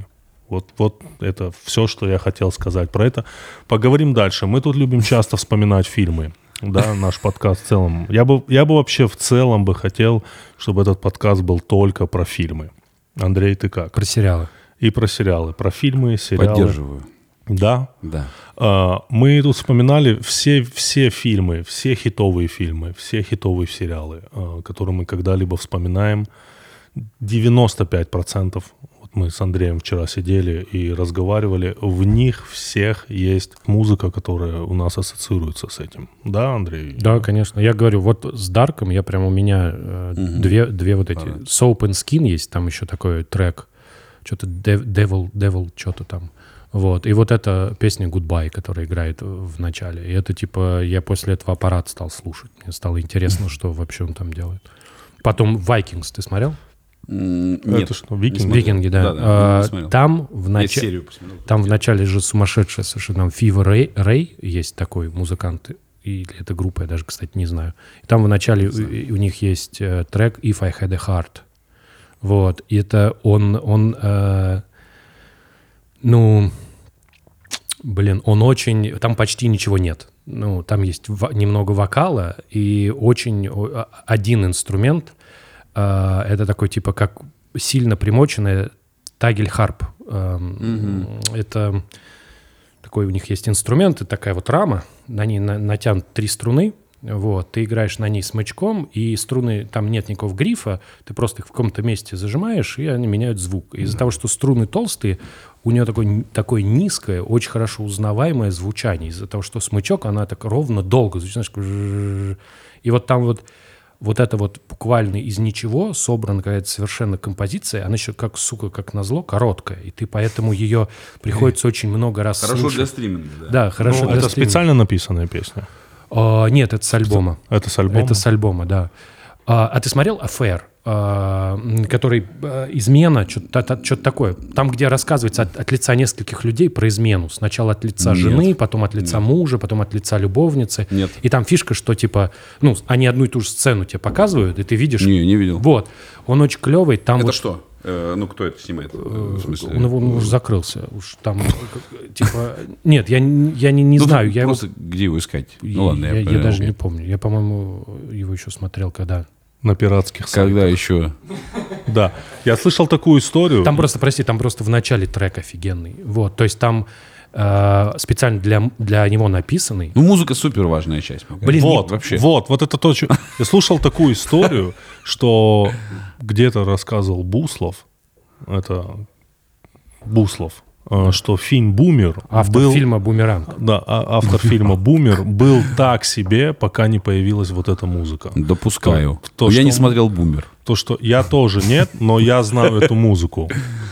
Вот, вот это все, что я хотел сказать про это. Поговорим дальше. Мы тут любим часто вспоминать фильмы. Да, наш подкаст в целом. Я бы, я бы вообще в целом бы хотел, чтобы этот подкаст был только про фильмы. Андрей, ты как? Про сериалы. И про сериалы. Про фильмы, сериалы. Поддерживаю. Да. Да. А, мы тут вспоминали все, все фильмы, все хитовые фильмы, все хитовые сериалы, а, которые мы когда-либо вспоминаем. девяносто пять процентов, вот мы с Андреем вчера сидели и разговаривали, в них всех есть музыка, которая у нас ассоциируется с этим. Да, Андрей? Да, конечно. Я говорю, вот с Дарком я прям у меня э, угу. две, две вот эти. Soap and Skin есть, там еще такой трек. Что-то Devil, Devil, что-то там. Вот. И вот эта песня Goodbye, которая играет в начале. И это типа, я после этого аппарат стал слушать. Мне стало интересно, что вообще он там делает. Потом Vikings, ты смотрел? Нет. Это что, Викинги? Викинги, да. Да, да, а, там в, нач... там в начале же сумасшедшая совершенно. Там Фива Рэй, Рэй есть такой музыкант. Или это группа, я даже, кстати, не знаю. И там в начале у, у них есть э, трек If I Had a Heart. Вот. И это он... он э, ну... Блин, он очень... Там почти ничего нет. Ну, там есть в... немного вокала и очень... Один инструмент... Это такой, типа, как сильно примоченный тагель-харп. Mm-hmm. Это такой у них есть инструмент, и такая вот рама, на ней натянут три струны, вот, ты играешь на ней смычком, и струны, там нет никакого грифа, ты просто их в каком-то месте зажимаешь, и они меняют звук. Из-за mm-hmm. того, что струны толстые, у нее такое, такое низкое, очень хорошо узнаваемое звучание. Из-за того, что смычок, она так ровно, долго звучит. И вот там вот Вот это вот буквально из ничего собрана какая-то совершенно композиция. Она еще как, сука, как назло, короткая. И ты поэтому ее приходится очень много раз хорошо слушать. Для стриминга, да. Да, хорошо ну, для это стриминга. специально написанная песня? А, нет, это с альбома. Это с альбома? Это с альбома, да. А, а ты смотрел «Affair», а, который а, измена, что-то, что-то такое? Там, где рассказывается от, от лица нескольких людей про измену. Сначала от лица Нет. жены, потом от лица Нет. мужа, потом от лица любовницы. Нет. И там фишка, что типа, ну, они одну и ту же сцену тебе показывают, и ты видишь... Не, не видел. Вот. Он очень клевый. Там это вот, что? Э, ну, кто это снимает? В смысле? Он, он уже закрылся. Уж там, типа... Нет, я, я не, не ну, знаю. Я просто его, где его искать? Ну, ладно, я, я, я, я даже окей. не помню. Я, по-моему, его еще смотрел, когда... На пиратских сайтах. Когда еще? Да. Я слышал такую историю. Там просто, прости, там просто в начале трек офигенный. Вот, то есть там э, специально для, для него написанный. Ну, музыка супер важная часть. Блин, вот, вообще. Вот, вот это то, что... Я слушал такую историю, что где-то рассказывал Буслов, это Буслов, что фильм «Бумер» Автор был... фильма «Бумеранг». Да, автор фильма «Бумер» был так себе, пока не появилась вот эта музыка. Допускаю. То, то, я что, не смотрел «Бумер». То, что я тоже нет, но я знаю эту музыку.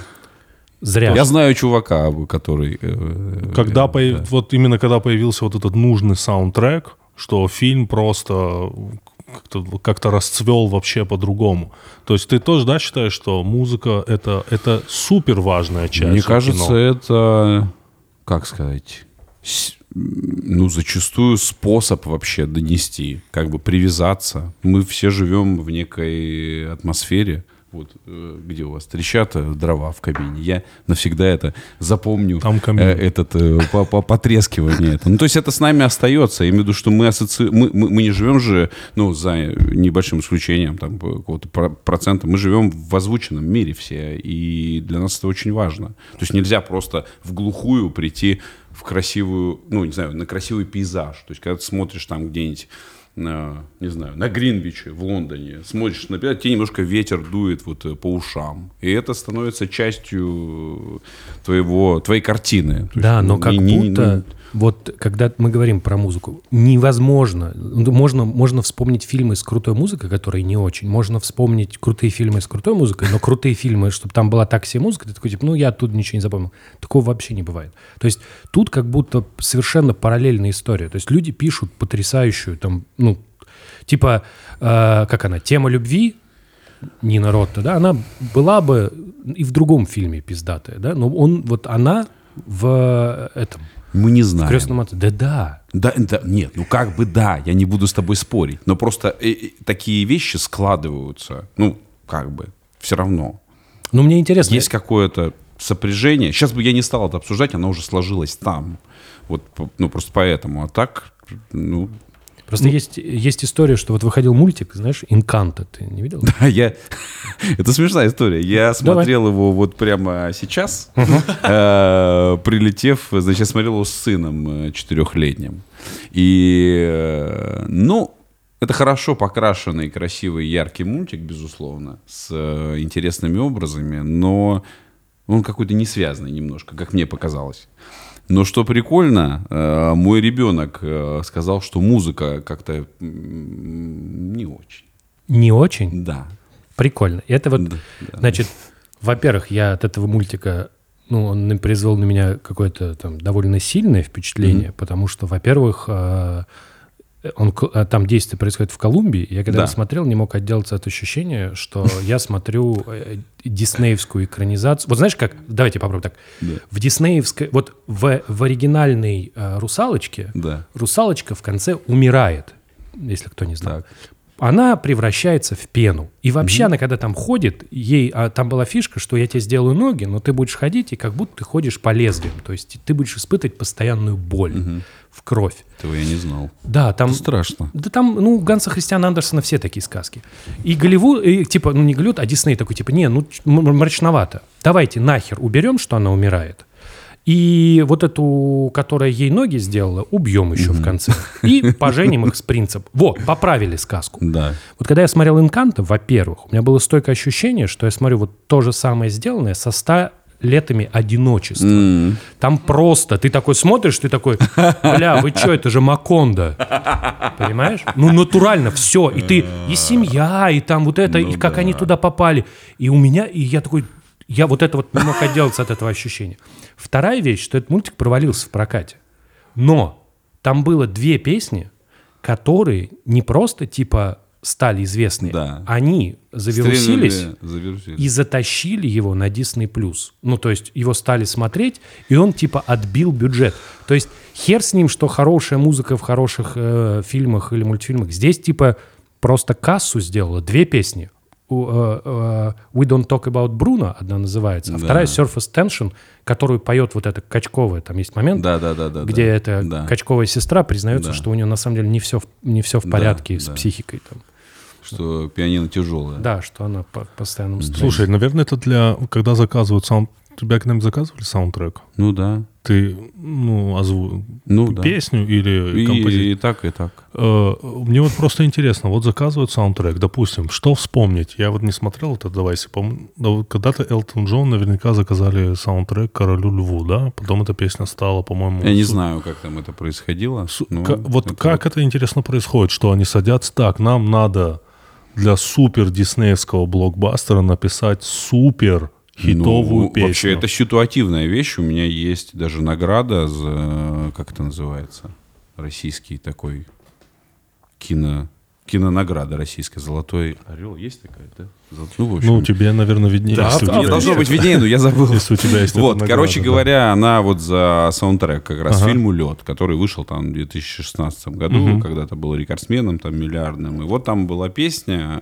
Зря. Я знаю чувака, который... Э, когда э, появ... да. Вот именно когда появился вот этот нужный саундтрек, что фильм просто как-то, как-то расцвел вообще по-другому. То есть ты тоже, да, считаешь, что музыка это, это супер важная часть Мне кино? кажется, это, как сказать, с- ну, зачастую способ вообще донести, как бы привязаться. Мы все живем в некой атмосфере. Вот э, где у вас трещат э, дрова в камине. Я навсегда это запомню. Там камин. э, этот э, по- по- потрескивание. Это. Ну, то есть это с нами остается. Я имею в виду, что мы, ассоци... мы, мы, мы не живем же, ну, за небольшим исключением там, какого-то про- процента, мы живем в озвученном мире все. И для нас это очень важно. То есть нельзя просто в глухую прийти в красивую, ну, не знаю, на красивый пейзаж. То есть когда ты смотришь там где-нибудь на, не знаю, на Гринвиче в Лондоне, смотришь на пейзаж, тебе немножко ветер дует вот по ушам. И это становится частью твоего, твоей картины. То Да, есть, но ну, как не- не- будто, вот когда мы говорим про музыку, невозможно. Можно, можно вспомнить фильмы с крутой музыкой, которые не очень. Можно вспомнить крутые фильмы с крутой музыкой, но крутые фильмы, чтобы там была так себе музыка, ты такой, типа, ну, я оттуда ничего не запомнил. Такого вообще не бывает. То есть тут как будто совершенно параллельная история. То есть люди пишут потрясающую, там, ну, типа, э, как она, «Тема любви», Нина Ротта, да, она была бы и в другом фильме пиздатая, да, но он, вот она в этом, Мы не в знаем. «Крестном отце». Да, да. Да, да, нет, ну как бы да, я не буду с тобой спорить. Но просто э, э, такие вещи складываются, ну, как бы, все равно. Ну, мне интересно. Есть какое-то сопряжение. Сейчас бы я не стал это обсуждать, оно уже сложилось там. Вот, ну, просто поэтому. А так, ну... Просто ну, есть, есть история, что вот выходил мультик, знаешь, «Инканто». Ты не видел? Да, я... Это смешная история. Я смотрел Давай. его вот прямо сейчас, uh-huh. прилетев, значит, я смотрел его с сыном четырехлетним. И, ну... Это хорошо покрашенный, красивый, яркий мультик, безусловно, с э, интересными образами, но он какой-то не связанный немножко, как мне показалось. Но что прикольно, э, мой ребенок э, сказал, что музыка как-то м- не очень. Не очень? Да. Прикольно. Это вот, да, да. значит, во-первых, я от этого мультика, ну, он произвел на меня какое-то там довольно сильное впечатление, mm-hmm. потому что, во-первых, э, Он, там действие происходит в Колумбии. Я когда да. смотрел, не мог отделаться от ощущения, что я смотрю диснеевскую экранизацию. Вот знаешь как? Давайте попробуем так. Да. В диснеевской... Вот в, в оригинальной э, «Русалочке» да. русалочка в конце умирает, если кто не знает. Так. Она превращается в пену. И вообще mm-hmm. она, когда там ходит, ей... А там была фишка, что я тебе сделаю ноги, но ты будешь ходить, и как будто ты ходишь по лезвиям. То есть ты будешь испытывать постоянную боль. Mm-hmm. В кровь. Этого я не знал. Да, там... Это страшно. Да там, ну, Ганса Христиана Андерсена все такие сказки. И Голливуд, и, типа, ну, не Голливуд, а Дисней такой, типа, не, ну, мрачновато. Давайте нахер уберем, что она умирает. И вот эту, которая ей ноги сделала, убьем еще mm-hmm. в конце. И поженим их с принцем. Вот, поправили сказку. Да. Вот когда я смотрел «Инканто», во-первых, у меня было стойкое ощущение, что я смотрю вот то же самое сделанное со ста летами одиночества. Mm. Там просто, ты такой смотришь, ты такой, бля, вы что, это же Макондо. Понимаешь? Ну, натурально все. И ты, и семья, и там вот это, ну, и как да. они туда попали. И у меня, и я такой, я вот это вот не мог отделаться от этого ощущения. Вторая вещь, что этот мультик провалился в прокате. Но там было две песни, которые не просто типа стали известны, да. они завирусились и затащили его на Disney+. Ну, то есть его стали смотреть, и он типа отбил бюджет. То есть хер с ним, что хорошая музыка в хороших э, фильмах или мультфильмах. Здесь типа просто кассу сделала. Две песни. Uh, uh, We Don't Talk About Bruno, одна называется, а да. вторая Surface Tension, которую поет вот эта Качковая, там есть момент, да, да, да, да, где да. эта да. Качковая сестра признается, да. что у нее на самом деле не все, не все в порядке да, с да. психикой. Там. Что пианино тяжелое. Да, что она по постоянному стрессе. Слушай, наверное, это для, когда заказывают саунд... Тебя когда-нибудь заказывали саундтрек? Ну да. Ты, ну, озву... ну, песню да. или композицию? И, и так, и так. Uh, мне вот просто интересно, вот заказывают саундтрек, допустим, что вспомнить? Я вот не смотрел это, давай, если помню. Когда-то Элтон Джон наверняка заказали саундтрек «Королю Льву», да? Потом эта песня стала, по-моему... Я не су... знаю, как там это происходило. Су... К- вот это... как это интересно происходит, что они садятся так, нам надо для супер диснеевского блокбастера написать супер хитовую ну, песню. Вообще, это ситуативная вещь. У меня есть даже награда за, как это называется, российский такой кино, кинонаграда российская. «Золотой орел». Есть такая, да? Ну, в общем, ну тебе, наверное, виднее. Да, мне должно быть виднее, но я забыл. Если у тебя есть вот, награда, короче да. говоря, она вот за саундтрек как раз ага. фильму «Лед», который вышел там в две тысячи шестнадцатом году, угу. когда-то был рекордсменом там миллиардным. И вот там была песня,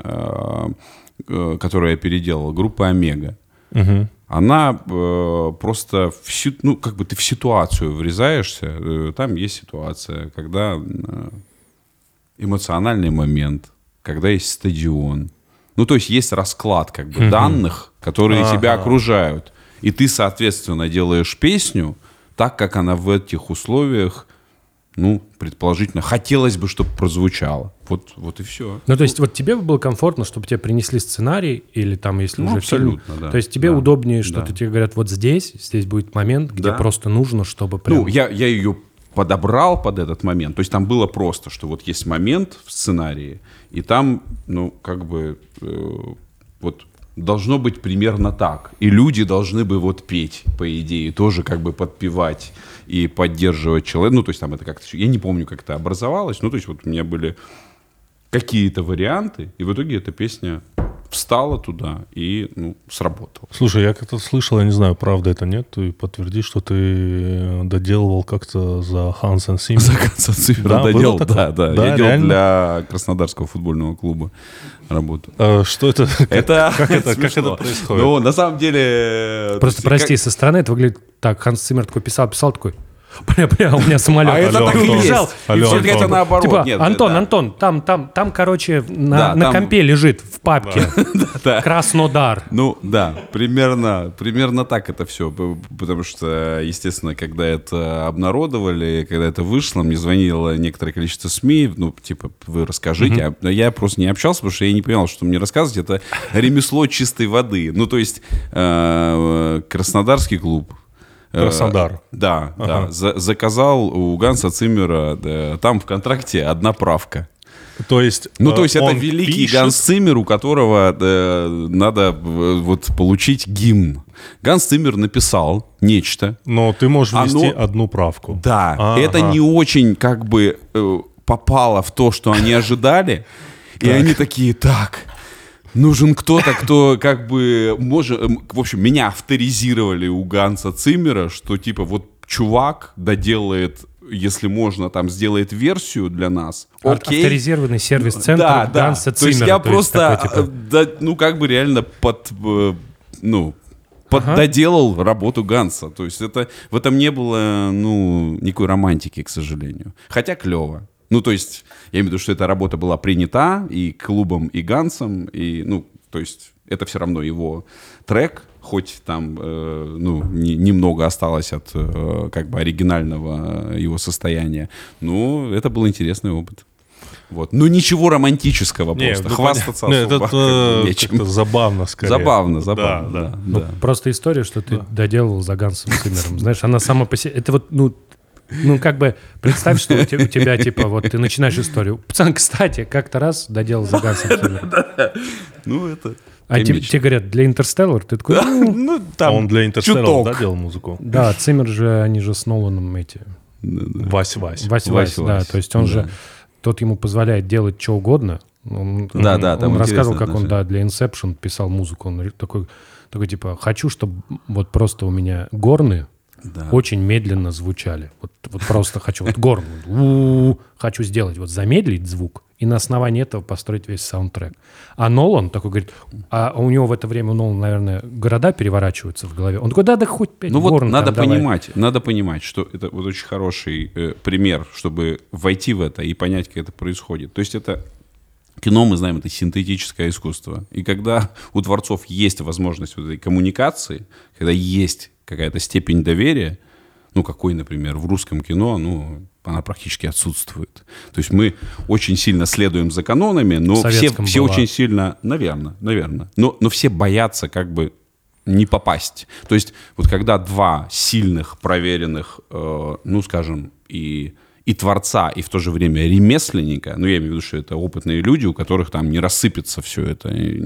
которую я переделал, группы «Омега». Угу. Она э, просто, в, ну, как бы ты в ситуацию врезаешься. Э, там есть ситуация, когда э, эмоциональный момент, когда есть стадион. Ну, то есть есть расклад как бы, угу. данных, которые ага. тебя окружают. И ты, соответственно, делаешь песню так, как она в этих условиях, ну, предположительно, хотелось бы, чтобы прозвучало. Вот, вот и все. Ну, то есть, вот тебе было комфортно, чтобы тебе принесли сценарий, или там, если ну, уже абсолютно, фильм. Да. То есть тебе да. удобнее, что да. тебе говорят, вот здесь, здесь будет момент, где да. просто нужно, чтобы прям... Ну, я, я ее подобрал под этот момент. То есть там было просто, что вот есть момент в сценарии, и там, ну, как бы, э, вот... должно быть примерно так. И люди должны бы вот петь, по идее, тоже как бы подпевать и поддерживать человека. Ну, то есть там это как-то... Я не помню, как это образовалось. Ну, то есть вот у меня были какие-то варианты, и в итоге эта песня встала туда и ну, сработала. Слушай, я как-то слышал, я не знаю, правда это нет, ты подтверди, что ты доделывал как-то за Хансен Симмер. За Хансен Симмер Да, доделал, было да, такое? да. Да, Я делал реально? для Краснодарского футбольного клуба работу. А, что это? Это Как это, как смешно. это происходит? Ну, на самом деле... Просто то есть, прости, со стороны это выглядит так. Ханс Циммер такой писал, писал такой, бля, бля, у меня самолет. А это Алло, так и Антон. лежал. Алло, И все-таки Антон. это наоборот. Типа, Нет, Антон, да. Антон, там, там, там, короче, на, Да, на там- компе лежит в папке Да. Краснодар. Ну, да, примерно, примерно так это все. Потому что, естественно, когда это обнародовали, когда это вышло, мне звонило некоторое количество СМИ, ну, типа, вы расскажите. А я просто не общался, потому что я не понимал, что мне рассказывать. Это ремесло чистой воды. Ну, то есть, э, Краснодарский клуб. э, Краснодар. Да, Ага. да. За- заказал у Ганса Циммера, да, там в контракте одна правка. То есть, Ну, э, то есть это он великий пишет- Ганс Циммер, у которого э, надо э, вот получить гимн. Ганс Циммер написал нечто. Но ты можешь внести Оно- одну правку. Да, Ага. это не очень как бы э, попало в то, что они ожидали. И они такие, так, нужен кто-то, кто как бы может... эм, В общем, меня авторизировали у Ганса Циммера, что типа вот чувак доделает, если можно, там сделает версию для нас. Окей. Авторизированный сервис-центр Да, да. Ганса То есть Циммера. я то есть просто, такой, типа, э, да, ну, как бы реально под, э, ну, поддоделал работу Ганса. То есть это, в этом не было, ну, никакой романтики, к сожалению. Хотя клево. Ну, то есть, я имею в виду, что эта работа была принята и клубом, и Гансом, и, ну, то есть, это все равно его трек, хоть там, э, ну, не- немного осталось от, э, как бы, оригинального его состояния. Ну, это был интересный опыт. Вот. Ну, ничего романтического Не, просто. ну, Хвастаться понятно. особо Это, как бы э, нечем. как-то забавно, скорее. Забавно, забавно, Да, да. да. да. Просто история, что ты доделал за Гансом Циммером. Знаешь, она сама по себе... Это вот, ну, ну, как бы, представь, что у тебя, у тебя, типа, вот ты начинаешь историю. Пацан, кстати, как-то раз доделал за Гансом Циммером. Ну, это... А тебе, комично. тебе говорят, для Интерстеллар? Ты такой, ну, Ну, А там он для Интерстеллара, чуток. да, делал музыку? да, Циммер же, они же с Ноланом эти... Вась-Вась. Вася, Вась, Вася, да. Вась. То есть он Да. же, тот ему позволяет делать что угодно. Он, Да, он- да, там он рассказывал, интересно как он, даже. да, для Inception писал музыку. Он ре- такой, такой типа, хочу, чтобы вот просто у меня горны Да. очень медленно звучали. Вот, вот просто хочу, вот горны. У-у-у, хочу сделать, вот замедлить звук и на основании этого построить весь саундтрек. А Нолан такой говорит, а у него в это время, у Нолана, наверное, города переворачиваются в голове. Он такой, да, да хоть пять Ну вот горн надо там давай». понимать, надо понимать, что это вот очень хороший э, пример, чтобы войти в это и понять, как это происходит. То есть это кино, мы знаем, это синтетическое искусство. И когда у творцов есть возможность вот этой коммуникации, когда есть какая-то степень доверия, ну, какой, например, в русском кино, ну, она практически отсутствует. То есть мы очень сильно следуем за канонами, но В все, советском все была. очень сильно, наверное, наверное, но, но все боятся как бы не попасть. То есть вот когда два сильных, проверенных, э, ну, скажем, и, и творца, и в то же время ремесленника, ну, я имею в виду, что это опытные люди, у которых там не рассыпется все это,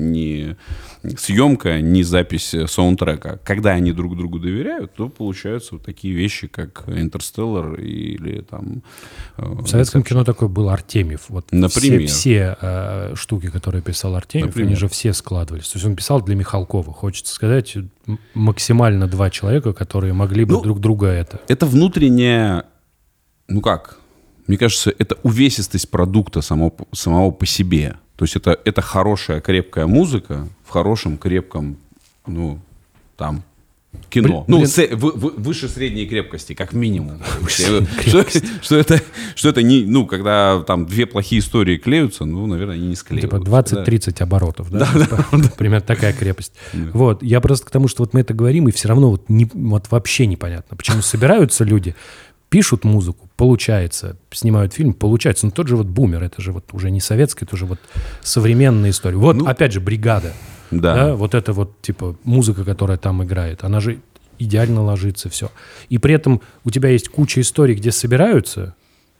ни съемка, ни запись саундтрека. Когда они друг другу доверяют, то получаются вот такие вещи, как «Интерстеллар» или там... э, В советском кино такой был Артемьев. Вот Например. Все, все э, штуки, которые писал Артемьев, Например. они же все складывались. То есть он писал для Михалкова. Хочется сказать, м- максимально два человека, которые могли бы Ну, друг друга это... Это внутренняя, ну как, мне кажется, это увесистость продукта само, самого по себе. То есть это, это хорошая, крепкая музыка в хорошем, крепком, ну, там, кино. Блин, ну, блин. се- вы- вы- выше средней крепкости, как минимум. Что, что это, что это не, ну, когда там две плохие истории клеются, ну, наверное, они не склеиваются. Типа двадцать-тридцать оборотов, да? Типа, примерно такая крепость. Вот, я просто к тому, что вот мы это говорим, и все равно вот, не, вот вообще непонятно, почему собираются люди, пишут музыку, получается, снимают фильм, получается. Но тот же вот «Бумер», это же вот уже не советская, это уже вот современная история. Вот, опять же, «Бригада». Да. Да, вот это вот, типа, музыка, которая там играет, она же идеально ложится, все. И при этом у тебя есть куча историй, где собираются,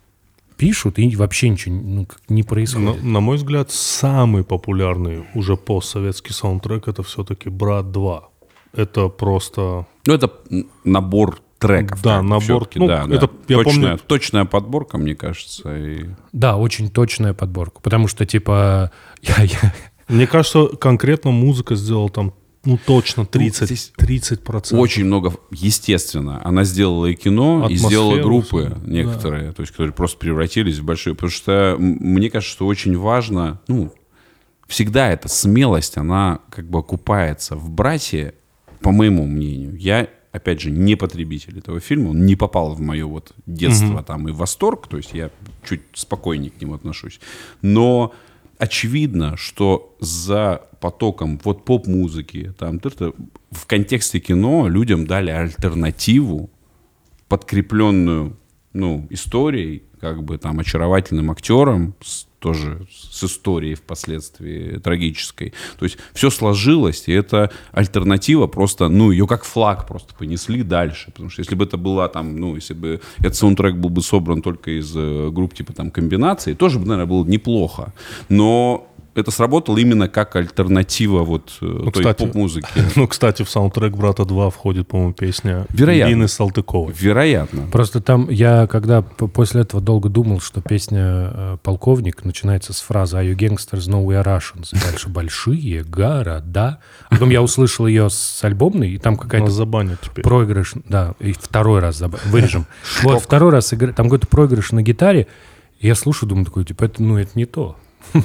пишут, и вообще ничего ну, как не На, происходит. на мой взгляд, самый популярный уже постсоветский саундтрек — это все-таки «Брат два». Это просто... Ну, это м, набор треков. Да, как бы, набор. всё-таки, Ну, да, это, да. я точная, помню- точная подборка, мне кажется. И... Да, очень точная подборка, потому что, типа, я, я, Мне кажется, конкретно музыка сделала там, ну, точно тридцать, здесь тридцать процентов. Очень много, естественно. Она сделала и кино, и сделала группы да. некоторые, то есть, которые просто превратились в большие. Потому что мне кажется, что очень важно, ну, всегда эта смелость, она как бы окупается в «Брате», по моему мнению. Я, опять же, не потребитель этого фильма, он не попал в мое вот детство mm-hmm. там и восторг, то есть я чуть спокойнее к нему отношусь. Но очевидно, что за потоком вот поп-музыки, там, в контексте кино людям дали альтернативу, подкрепленную, ну, историей, как бы там очаровательным актером, с, тоже с историей впоследствии трагической. То есть все сложилось, и эта альтернатива просто, ну, ее как флаг просто понесли дальше. Потому что если бы это была там, ну, если бы этот саундтрек был бы собран только из э, групп типа там комбинаций, тоже бы, наверное, было неплохо. Но это сработало именно как альтернатива вот ну, той кстати, поп-музыки. Ну, кстати, в саундтрек «Брата два» входит, по-моему, песня Вероятно. Ирины Салтыковой. Вероятно. Просто там я, когда после этого долго думал, что песня э, «Полковник» начинается с фразы «Are you gangsters? No, we are Russians». Дальше «Большие города». Потом я услышал ее с альбомной, и там какая-то... Нас забанят теперь. Проигрыш, да, и второй раз забанят. Вырежем. Вот, второй раз игра... там какой-то проигрыш на гитаре, и я слушаю, думаю, такой, типа, это, ну, это не то.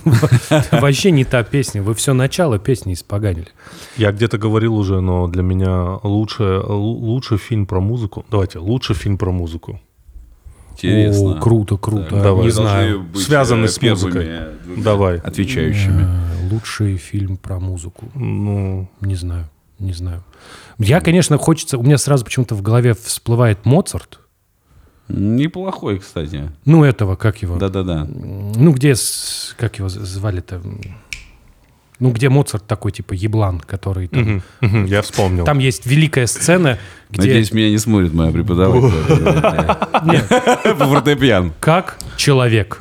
Вообще не та песня. Вы все начало песни испоганили. Я где-то говорил уже, но для меня лучше, лучший фильм про музыку. Давайте, лучший фильм про музыку. Интересно. О, круто, круто. Так, давай. Не знаю. Связанный с музыкой. Давай. Отвечающими. Лучший фильм про музыку. Ну, не знаю, не знаю. Я, конечно, хочется... У меня сразу почему-то в голове всплывает Моцарт. Неплохой, кстати. Ну, этого, как его? Да-да-да. Ну, где, как его звали-то? Ну, где Моцарт такой, типа, еблан, который там... Угу, угу, я вспомнил. Там есть великая сцена, где... Надеюсь, меня не смотрит моя преподаватель. По фортепиано. Как человек.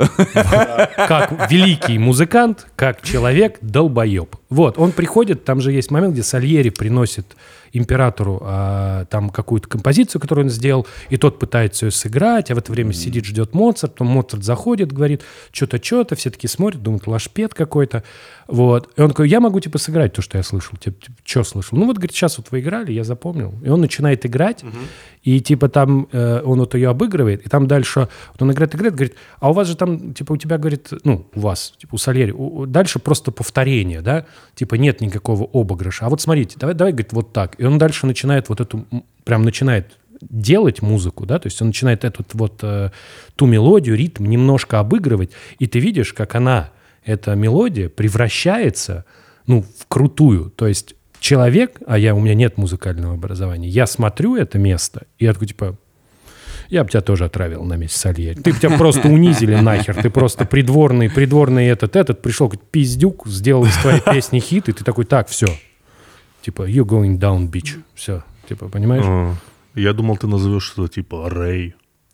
Как великий музыкант, как человек долбоеб. Вот, он приходит, там же есть момент, где Сальери приносит императору а, там какую-то композицию, которую он сделал, и тот пытается ее сыграть, а в это время mm-hmm. сидит, ждет Моцарт, потом Моцарт заходит, говорит, что-то, что-то, все таки смотрят, думают, лашпед какой-то, вот. И он такой, я могу, типа, сыграть то, что я слышал. Типа, что слышал? Ну, вот, говорит, сейчас вот вы играли, я запомнил. И он начинает играть, mm-hmm. и, типа, там э, он вот ее обыгрывает, и там дальше вот он играет, играет, говорит, а у вас же там, типа, у тебя, говорит, ну, у вас, типа, у Сальери, у, дальше просто повторение, да, типа, нет никакого обыгрыша. А вот смотрите, давай, давай, говорит, вот так. И он дальше начинает вот эту, прям начинает делать музыку, да, то есть он начинает эту вот э, ту мелодию, ритм немножко обыгрывать, и ты видишь, как она, эта мелодия, превращается, ну, в крутую. То есть человек, а я, у меня нет музыкального образования, я смотрю это место, и я такой, типа, я бы тебя тоже отравил на месте Сальери. Ты бы тебя просто унизили нахер. Ты просто придворный, придворный этот, этот, пришел как пиздюк, сделал из твоей песни хит, и ты такой, так, все. Типа, you going down, bitch. Все. Типа, понимаешь? А, я думал, ты назовешь что-то типа Рэй.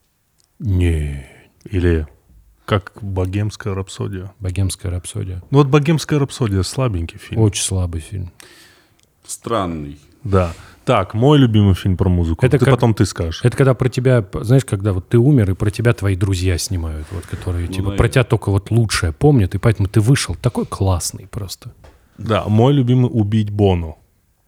Не. Или как «Богемская рапсодия». «Богемская рапсодия». Ну вот «Богемская рапсодия» слабенький фильм. Очень слабый фильм. Странный. Да. Так, мой любимый фильм про музыку. Это ты как, потом ты скажешь. Это когда про тебя, знаешь, когда вот ты умер, и про тебя твои друзья снимают, вот, которые, ну, типа, наверное. Про тебя только вот лучшее помнят, и поэтому ты вышел такой классный просто. Да, мой любимый «Убить Бону».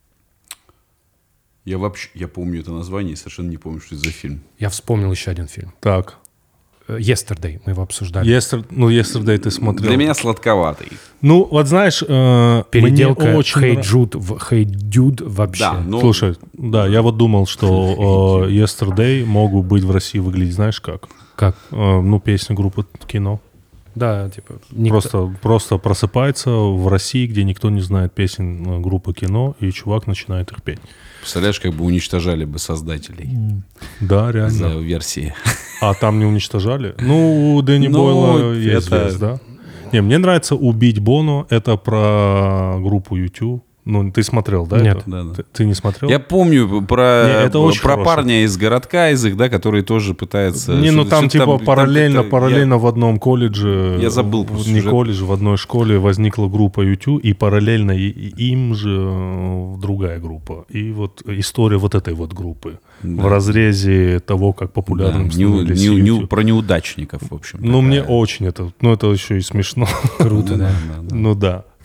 Я вообще, я помню это название и совершенно не помню, что это за фильм. Я вспомнил еще один фильм. Так. «Yesterday», мы его обсуждали. Yester... Ну, «Yesterday» ты смотрел. Для меня сладковатый. Ну, вот знаешь, э, переделка мне очень «Hey Jude» в «Hey Dude» вообще. Да, но... Слушай, да, я вот думал, что э, «Yesterday» могут быть в России выглядеть, знаешь как? Как? Э, ну, песня группы «Кино». Да, типа... Никто... Просто, просто просыпается в России, где никто не знает песен группы «Кино», и чувак начинает их петь. Представляешь, как бы уничтожали бы создателей. Да, реально. За версии. А там не уничтожали? Ну, у Дэнни ну, Бойла есть это... вес, да? Не, мне нравится «Убить Бону». Это про группу ю тю. Ну, ты смотрел, да? Нет. Это? Да, да. Ты, ты не смотрел? Я помню про, не, это очень про хороший. парня из городка, из их, да, который тоже пытается... Не, ну там типа там, параллельно, там, параллельно я, в одном колледже... Я забыл. В, не колледже, в одной школе возникла группа ю тю, и параллельно и, и им же другая группа. И вот история вот этой вот группы. Да. В разрезе того, как популярным да, становились не, не, ю тю. Про неудачников, в общем. Ну, такая. Мне очень это... Ну, это еще и смешно. Круто, да. Ну, да.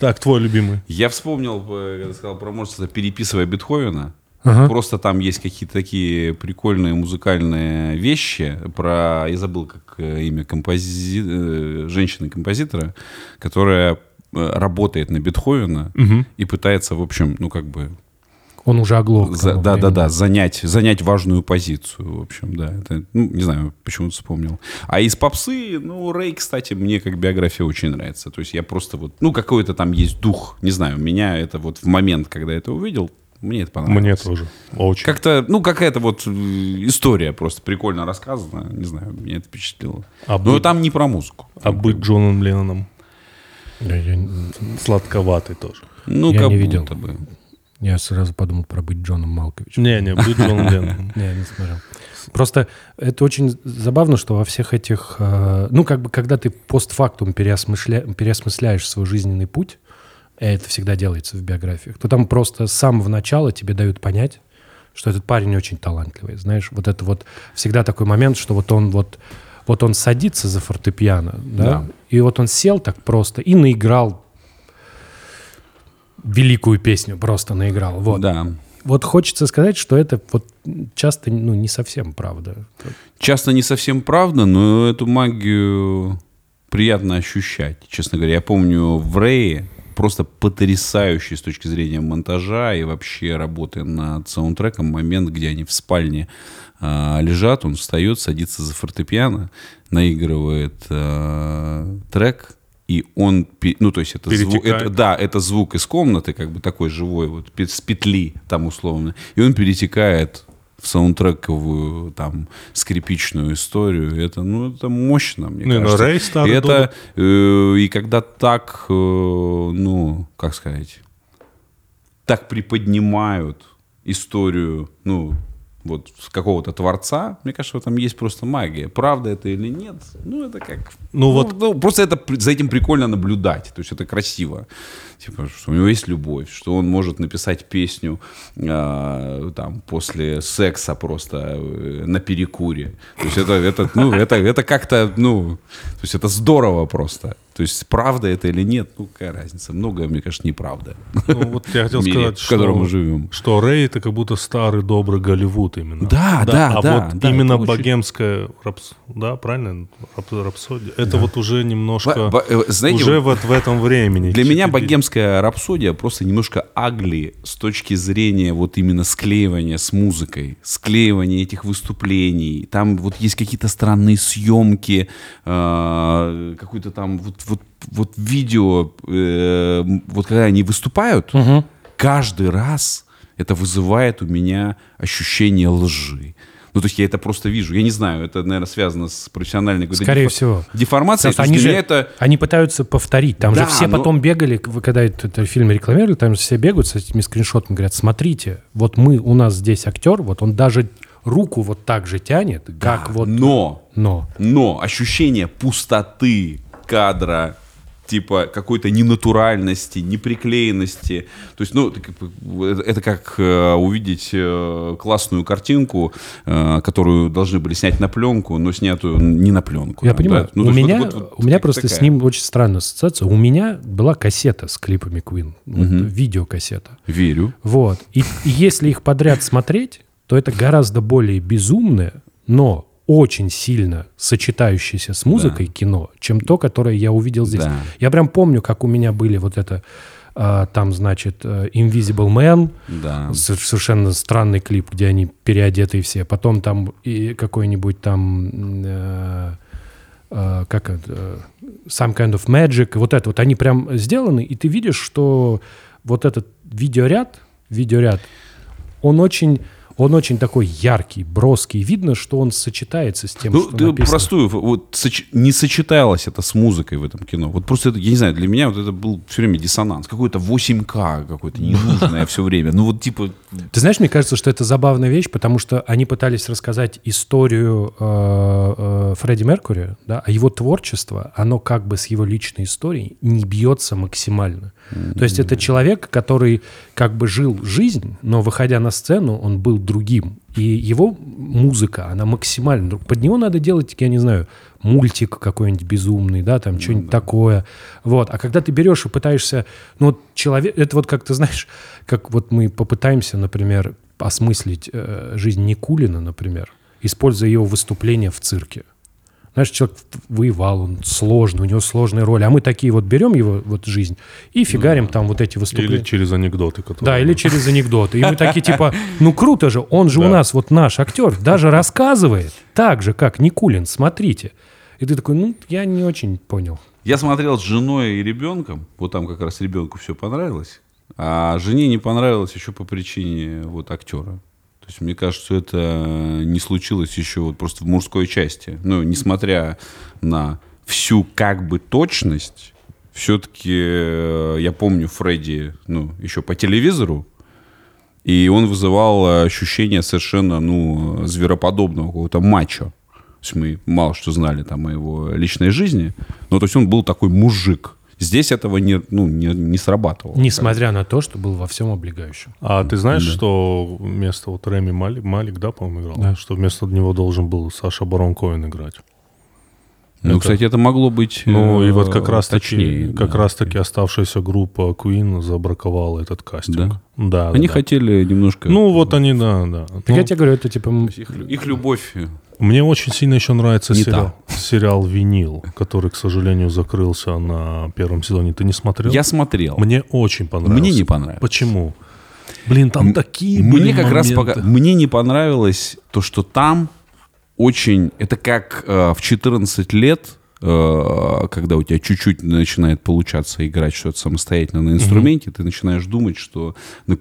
Так, твой любимый. Я вспомнил, э, когда сказал про Моцарта, переписывая Бетховена. Ага. Просто там есть какие-то такие прикольные музыкальные вещи. Про, я забыл, как э, имя компози... э, женщины-композитора, которая э, работает на Бетховена Мгм. и пытается, в общем, ну как бы... Он уже оглох. к За- тому да, да, времени. да, занять, занять важную позицию, в общем, да. Это, ну, не знаю, почему-то вспомнил. А из попсы, ну, Рэй, кстати, мне как биография очень нравится. То есть я просто вот, ну, какой-то там есть дух, не знаю, меня это вот в момент, когда я это увидел, мне это понравилось. Мне тоже. Очень. Как-то, ну, какая-то вот э, история просто прикольно рассказана, не знаю, меня это впечатлило. А Но быть- там не про музыку. А быть Джоном Ленноном Я, я- сладковатый тоже. Ну, я как не видел. будто бы. я сразу подумал про быть Джоном Малковичем. Не-не, быть Джоном Ленноном. Не, я не смотрел. Просто это очень забавно, что во всех этих... э, ну, как бы, когда ты постфактум переосмысля- переосмысляешь свой жизненный путь, и это всегда делается в биографиях, то там просто с самого начала тебе дают понять, что этот парень очень талантливый. Знаешь, вот это вот всегда такой момент, что вот он вот... Вот он садится за фортепиано, да, Да. и вот он сел так просто и наиграл великую песню, просто наиграл. Вот. Да. Вот хочется сказать, что это вот часто, ну, не совсем правда. Часто не совсем правда, но эту магию приятно ощущать, честно говоря. Я помню в Рэе просто потрясающий с точки зрения монтажа и вообще работы над саундтреком момент, где они в спальне а, лежат, он встает, садится за фортепиано, наигрывает а, трек, и он, пе- ну, то есть это звук, Перетекает. это, да, это звук из комнаты, как бы такой живой, вот пе- с петли там условно, и он перетекает в саундтрековую там скрипичную историю. Это, ну, это мощно, мне Не, ну, кажется. Рэй старый и это, э, и когда так, э, ну, как сказать, так приподнимают историю, ну, вот с какого-то творца, мне кажется, в этом есть просто магия. Правда это или нет? Ну, это как... Ну, вот- ну, просто это, при- за этим прикольно наблюдать. То есть это красиво. Типа, что у него есть любовь, что он может написать песню э, там, после секса просто э, на перекуре. То есть это, это, ну, это, это как-то, ну, то есть это здорово просто. То есть правда это или нет, ну, какая разница. Многое, мне кажется, неправда. Ну, вот я хотел В мире, сказать, в котором что, мы живем. что Рэй — это как будто старый добрый Голливуд именно. Да, да, А да, вот да, именно это очень- богемская рапс... да, правильно? Рап- Рапсодия. Это вот уже немножко... Ба- ба- э, знаете, уже вот вот в этом времени. Для меня Чики-пики. богемская рапсодия просто немножко агли с точки зрения вот именно склеивания с музыкой, склеивания этих выступлений. Там вот есть какие-то странные съемки, э, какой-то там вот, вот, вот видео, э, вот когда они выступают, каждый раз это вызывает у меня ощущение лжи. Ну, то есть я это просто вижу. Я не знаю, это, наверное, связано с профессиональной какой-то Скорее дефо- всего. деформацией. Потому То что есть они, для же, меня это... они пытаются повторить. Там Да, же все но- потом бегали, вы когда этот, этот фильм рекламировали, там же все бегают с этими скриншотами, говорят, смотрите, вот мы, у нас здесь актер, вот он даже руку вот так же тянет, как вот... Но, Но. но ощущение пустоты кадра, типа какой-то ненатуральности, неприклеенности. То есть, ну, это как, бы, это- это как э, увидеть э, классную картинку, э, которую должны были снять на пленку, но снятую не на пленку. Я там, понимаю. да. Ну, у то есть меня, вот- вот- вот у меня как просто такая. с ним очень странная ассоциация. У меня была кассета с клипами Queen, вот, видеокассета. Верю. Вот. И, и если их подряд смотреть, то это гораздо более безумное, но очень сильно сочетающееся с музыкой кино, чем то, которое я увидел здесь. Да. Я прям помню, как у меня были вот это, а, там, значит, э, Invisible Man, Да. с- совершенно странный клип, где они переодетые все. Потом там и какой-нибудь там... э, э, как это, э, Some Kind of Magic, вот это вот, они прям сделаны, и ты видишь, что вот этот видеоряд, видеоряд, он очень, он очень такой яркий, броский, видно, что он сочетается с тем, Ну, что ты написано. простую, вот соч- не сочеталось это с музыкой в этом кино. Вот просто, это, я не знаю, для меня вот это был все время диссонанс. Какой-то восемь ка, какой-то ненужное все время. Ну вот типа... Ты знаешь, мне кажется, что это забавная вещь, потому что они пытались рассказать историю э, э, Фредди Меркьюри, да, а его творчество, оно как бы с его личной историей не бьется максимально. Mm-hmm. То есть это человек, который как бы жил жизнь, но выходя на сцену, он был другим. И его музыка, она максимально... Под него надо делать, я не знаю, мультик какой-нибудь безумный, да, там mm-hmm. что-нибудь такое. Вот. А когда ты берешь и пытаешься... Ну вот человек... Это вот как ты знаешь, как вот мы попытаемся, например, осмыслить э, жизнь Никулина, например, используя его выступление в цирке. Знаешь, человек воевал, он сложный, у него сложная роль. А мы такие вот берем его вот жизнь и фигарим ну, там вот эти выступления. Или через анекдоты. Которые... Да, или через анекдоты. И мы такие типа, ну круто же, он же да. у нас, вот наш актер, даже рассказывает так же, как Никулин, смотрите. И ты такой, ну, я не очень понял. Я смотрел с женой и ребенком, вот там как раз ребенку все понравилось, а жене не понравилось еще по причине вот актера. То есть, мне кажется, что это не случилось еще вот просто в мужской части. Ну, несмотря на всю как бы точность, все-таки я помню Фредди, ну, еще по телевизору, и он вызывал ощущение совершенно, ну, звероподобного какого-то мачо. То есть, мы мало что знали там о его личной жизни, но то есть он был такой мужик. Здесь этого не, ну, не, не срабатывало. Несмотря на то, что был во всем облегающим. А ты знаешь, да. что вместо вот Реми Малик, Малик да, по-моему, играл? Да. Что вместо него должен был Саша Барон Коэн играть. Ну, это... кстати, это могло быть Ну, и вот как раз точнее, таки, как да. раз таки оставшаяся группа Queen забраковала этот кастинг. Да? Да, они да, хотели немножко... Ну, вот они, да, да. Так ну, я тебе говорю, это типа... Их, их любовь... Мне очень сильно еще нравится не сериал, сериал «Винил», который, к сожалению, закрылся на первом сезоне. Ты не смотрел? Я смотрел. Мне очень понравился. Мне не понравилось. Почему? Блин, там М- такие мне были как моменты. раз пока... Мне не понравилось то, что там очень... Это как э, в четырнадцать лет, э, когда у тебя чуть-чуть начинает получаться играть что-то самостоятельно на инструменте, mm-hmm. ты начинаешь думать, что...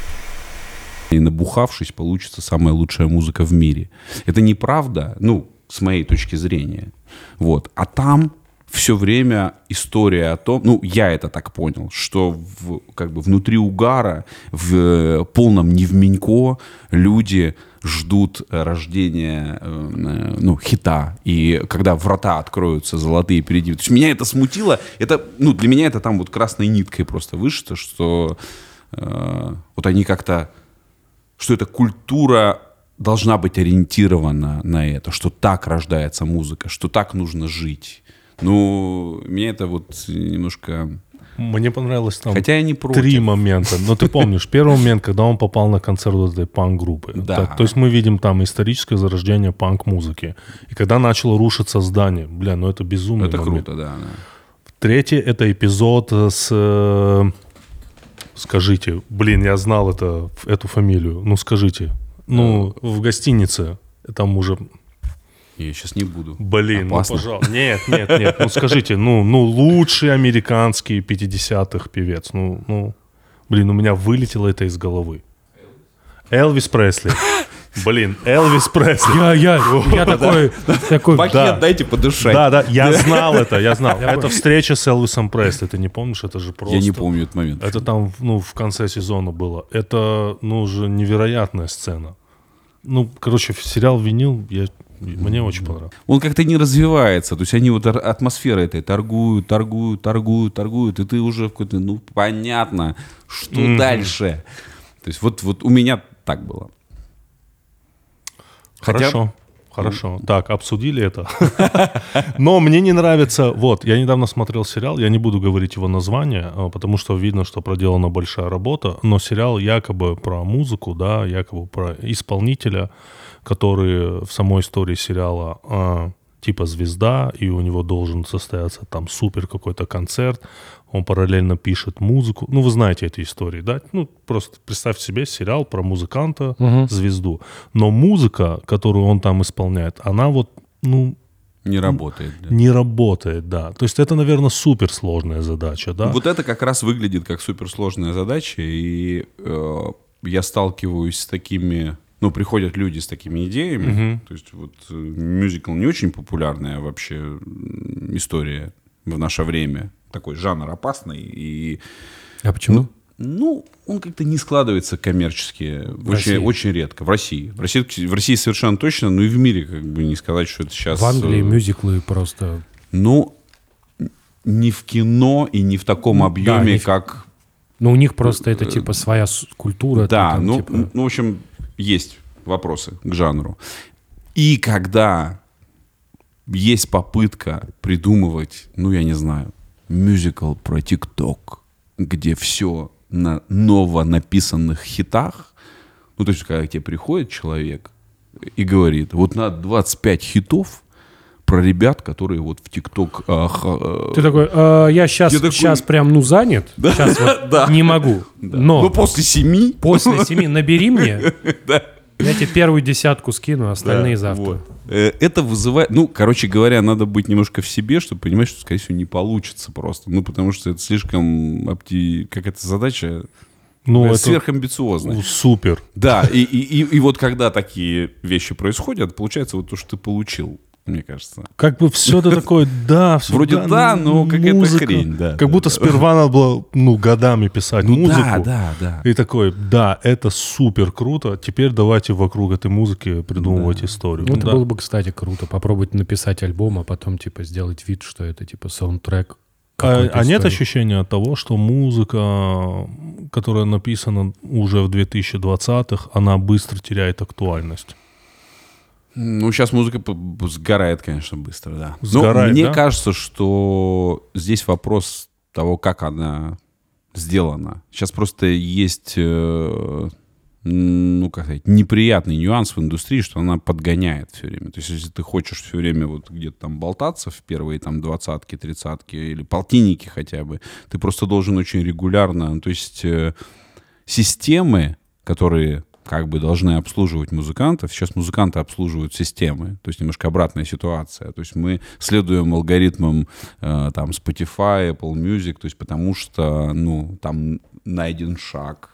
и набухавшись, получится самая лучшая музыка в мире. Это неправда, ну, с моей точки зрения. Вот. А там все время история о том, ну, я это так понял, что в, как бы внутри угара, в полном невменько люди ждут рождения э, ну, хита. И когда врата откроются золотые перейди. То есть меня это смутило. Это, ну, для меня это там вот красной ниткой просто вышито, что э, вот они как-то что эта культура должна быть ориентирована на это, что так рождается музыка, что так нужно жить. Ну, меня это вот немножко... Мне понравилось там Хотя я не против. Три момента. Но ты помнишь, первый момент, когда он попал на концерт вот этой панк-группы. Да. Так, то есть мы видим там историческое зарождение панк-музыки. И когда начало рушиться здание, бля, ну это безумно. Это момент. Круто, да, да. Третий — это эпизод с... Скажите, блин, я знал это, эту фамилию. Ну, скажите. Ну, в гостинице там уже... Я сейчас не буду. Блин, опасно. Ну, пожалуйста. Нет, нет, нет. Ну, скажите, ну, ну, лучший американский пятидесятых певец. Ну, ну, блин, у меня вылетело это из головы. Элвис Пресли. Блин, Элвис Пресли. Я, я, я такой, такой... Пакет да. дайте подышать. Да, да, я знал это, я знал. Это встреча с Элвисом Пресли, ты не помнишь? Это же просто... Я не помню этот момент. Это там, ну, в конце сезона было. Это, ну, уже невероятная сцена. Ну, короче, сериал «Винил», я... мне очень понравился. Он как-то не развивается. То есть они вот атмосферой этой торгуют, торгуют, торгуют, торгуют. И ты уже в какой-то, ну, понятно, что mm-hmm. дальше. То есть вот, вот у меня так было. Хорошо, Хотя... хорошо. Так, обсудили это. Но мне не нравится... Вот, я недавно смотрел сериал, я не буду говорить его название, потому что видно, что проделана большая работа, но сериал якобы про музыку, да, якобы про исполнителя, который в самой истории сериала а, типа звезда, и у него должен состояться там супер какой-то концерт, он параллельно пишет музыку. Ну, вы знаете эти истории, да? Ну, просто представьте себе сериал про музыканта, uh-huh. звезду. Но музыка, которую он там исполняет, она вот, ну... Не работает. Да. Не работает, да. То есть это, наверное, суперсложная задача, да? Вот это как раз выглядит как суперсложная задача, и э, я сталкиваюсь с такими... Ну, приходят люди с такими идеями. Uh-huh. То есть вот мюзикл не очень популярная вообще история в наше время. Такой жанр опасный. И, а почему? Ну, ну, он как-то не складывается коммерчески. Очень, очень редко. В России. В России. В России совершенно точно, но и в мире как бы не сказать, что это сейчас... В Англии мюзиклы просто... Ну, не в кино и не в таком объеме, да, не как... Но у них просто это типа своя с- культура. Да, там, ну, типа- ну, в общем, есть вопросы к жанру. И когда есть попытка придумывать, ну, я не знаю, мюзикл про ТикТок, где все на новонаписанных хитах, ну, то есть, когда к тебе приходит человек и говорит, вот надо двадцать пять хитов про ребят, которые вот в ТикТок... а, ха- Ты такой, «Э, я сейчас, Я такой- сейчас прям, ну, занят, сейчас вот Да. не могу, но Ну, после семи... после семи набери мне, Да. я тебе первую десятку скину, а остальные завтра. Вот. Э, Это вызывает... Ну, короче говоря, надо быть немножко в себе, чтобы понимать, что, скорее всего, не получится просто. Ну, потому что это слишком... опти- Как эта задача... Ну, э, это сверхамбициозная. супер. Да, и, и, и, и вот когда такие вещи происходят, получается вот то, что ты получил, мне кажется. Как бы все это такое, да, всё, Вроде да, но какая-то музыка. хрень, да, Как да, будто да. сперва надо было, ну, годами писать музыку. Да, да, да. И такой, да, это супер круто, теперь давайте вокруг этой музыки придумывать историю. Ну, это Да. было бы, кстати, круто. Попробовать написать альбом, а потом, типа, сделать вид, что это, типа, саундтрек. А, какой-то а нет истории. ощущения того, что музыка, которая написана уже в две тысячи двадцатых, она быстро теряет актуальность? Ну, сейчас музыка п- п- сгорает, конечно, быстро, да. Сгорает, Но мне да? кажется, что здесь вопрос того, как она сделана. Сейчас просто есть, э, ну, как сказать, неприятный нюанс в индустрии, что она подгоняет все время. То есть, если ты хочешь все время вот где-то там болтаться в первые там двадцатки, тридцатки или полтинники хотя бы, ты просто должен очень регулярно, то есть э, системы, которые как бы должны обслуживать музыкантов. Сейчас музыканты обслуживают системы, то есть немножко обратная ситуация. То есть мы следуем алгоритмам э, там Spotify, Apple Music, то есть потому что, ну, там найден шаг.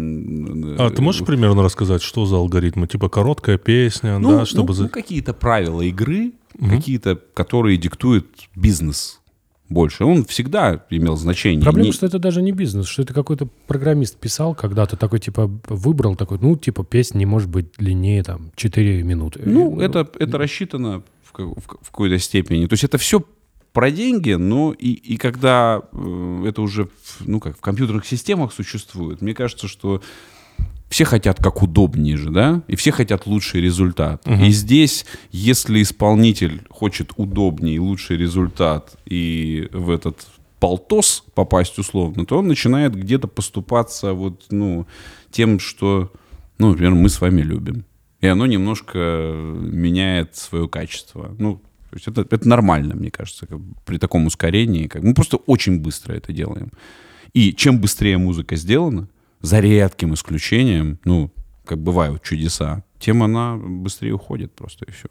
А ты можешь примерно рассказать, что за алгоритмы? Типа короткая песня, Ну, да, чтобы... ну, за- ну, какие-то правила игры, какие-то, которые диктует бизнес больше. Он всегда имел значение. Проблема, Не- что это даже не бизнес, что это какой-то программист писал когда-то, такой, типа, выбрал такой, ну, типа, песня не может быть длиннее, там, четыре минуты. Ну, это, это рассчитано в, ка- в ка- в какой-то степени. То есть это все про деньги, но и, и когда э, это уже в, ну, как в компьютерных системах существует, мне кажется, что все хотят как удобнее же, да? И все хотят лучший результат. И здесь, если исполнитель хочет удобнее и лучший результат, и в этот полтос попасть условно, то он начинает где-то поступаться вот, ну, тем, что, ну, например, мы с вами любим. И оно немножко меняет свое качество. Ну, то есть это, это нормально, мне кажется, как бы при таком ускорении. Как, мы просто очень быстро это делаем. И чем быстрее музыка сделана, за редким исключением, ну, как бывают чудеса, тем она быстрее уходит просто, и все.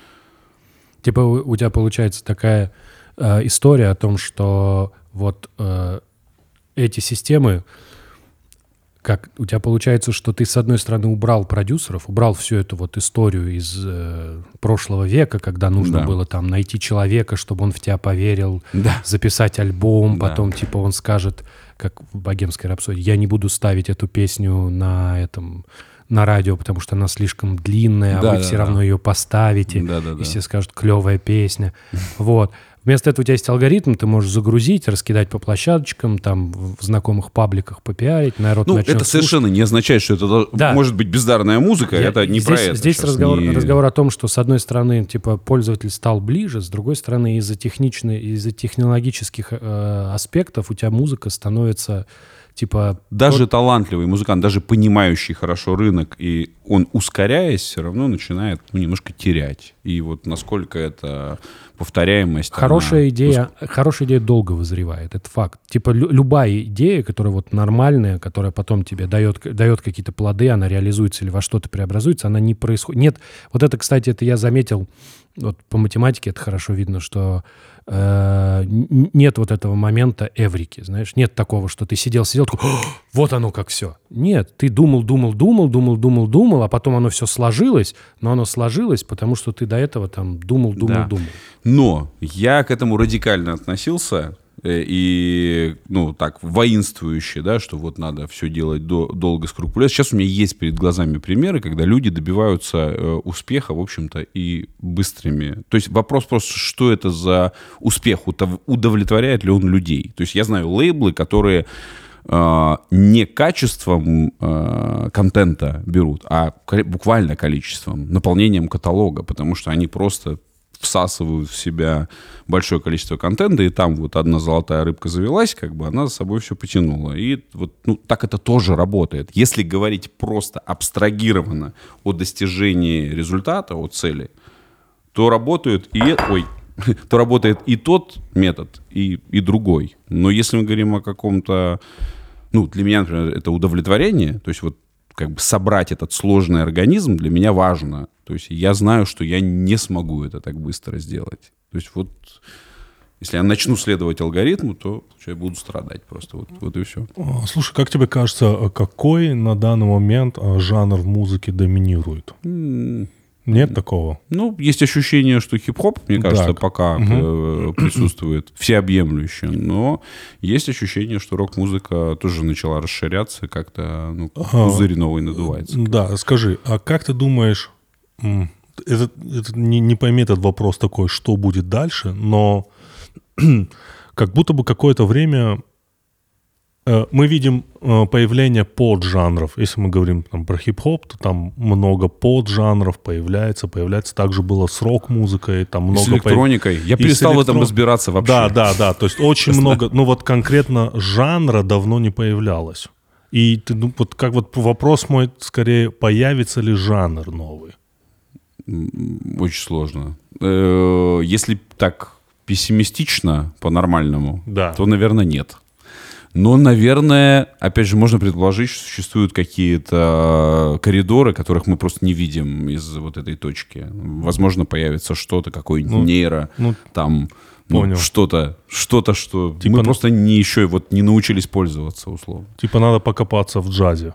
Типа у, у тебя получается такая э, история о том, что вот э, эти системы, как у тебя получается, что ты с одной стороны убрал продюсеров, убрал всю эту вот историю из э, прошлого века, когда нужно Да. было там найти человека, чтобы он в тебя поверил, Да. записать альбом, Да. потом типа он скажет, как в «Богемской рапсодии», я не буду ставить эту песню на этом на радио, потому что она слишком длинная, а Да, вы да, все да. равно ее поставите, Да, да, и да. все скажут, клевая песня. Вот. Вместо этого у тебя есть алгоритм, ты можешь загрузить, раскидать по площадочкам, там в знакомых пабликах попиарить, народ Ну, начнет это слушать. совершенно не означает, что это дол- Да. может быть бездарная музыка, Я- это не здесь, про это. Здесь сейчас, разговор, не- разговор о том, что с одной стороны, типа, пользователь стал ближе, с другой стороны, из-за техничной, из-за технологических э, аспектов у тебя музыка становится, типа... Даже талантливый музыкант, даже понимающий хорошо рынок, и он, ускоряясь, все равно начинает ну, немножко терять. И вот насколько это повторяемость... Хорошая она- идея, хорошая идея долго вызревает, это факт. Типа лю- любая идея, которая вот нормальная, которая потом тебе дает, дает какие-то плоды, она реализуется или во что-то преобразуется, она не происходит. Нет, вот это, кстати, это я заметил, вот по математике это хорошо видно, что э, н- нет вот этого момента эврики, знаешь, нет такого, что ты сидел, сидел, такой, «О, вот оно как все. Нет, ты думал, думал, думал, думал, думал, думал, а потом оно все сложилось, но оно сложилось, потому что ты до этого там думал, думал, Да. думал. Но я к этому радикально относился, э, и, ну, так, воинствующе, да, что вот надо все делать до- долго, скрупулезно. Сейчас у меня есть перед глазами примеры, когда люди добиваются э, успеха, в общем-то, и быстрыми. То есть вопрос просто, что это за успех, удов- удовлетворяет ли он людей. То есть я знаю лейблы, которые э, не качеством э, контента берут, а буквально количеством, наполнением каталога, потому что они просто всасывают в себя большое количество контента, и там вот одна золотая рыбка завелась, как бы она за собой все потянула. И вот ну, так это тоже работает. Если говорить просто абстрагированно о достижении результата, о цели, то работают и... Ой, то работает и тот метод, и, и другой. Но если мы говорим о каком-то... Ну, для меня, например, это удовлетворение, то есть вот как бы собрать этот сложный организм для меня важно. То есть я знаю, что я не смогу это так быстро сделать. То есть вот если я начну следовать алгоритму, то я буду страдать просто. Вот, вот и все. Слушай, как тебе кажется, какой на данный момент жанр в музыке доминирует? Mm. Нет такого? Ну, есть ощущение, что хип-хоп, мне кажется, так. пока угу. присутствует всеобъемлюще. Но есть ощущение, что рок-музыка тоже начала расширяться, как-то ну, пузырь новый надувается. Да, скажи, а как ты думаешь, это, это не, не пойми этот вопрос такой, что будет дальше, но как будто бы какое-то время мы видим появление поджанров. Если мы говорим там, про хип-хоп, то там много поджанров появляется. Появляется. Также было с рок-музыкой. Там много с электроникой. По... Я перестал электрон... в этом разбираться вообще. Да, да, да. То есть очень много... Ну вот конкретно жанра давно не появлялось. И ты, ну, вот как вот вопрос мой скорее, появится ли жанр новый? Очень сложно. Если так пессимистично, по-нормальному, да. то, наверное, нет. Но, наверное, опять же, можно предположить, что существуют какие-то коридоры, которых мы просто не видим из вот этой точки. Возможно, появится что-то, какое-нибудь ну, нейро, ну, там ну, что-то, что-то, что типа, мы просто не, еще вот не научились пользоваться, условно. Типа надо покопаться в джазе.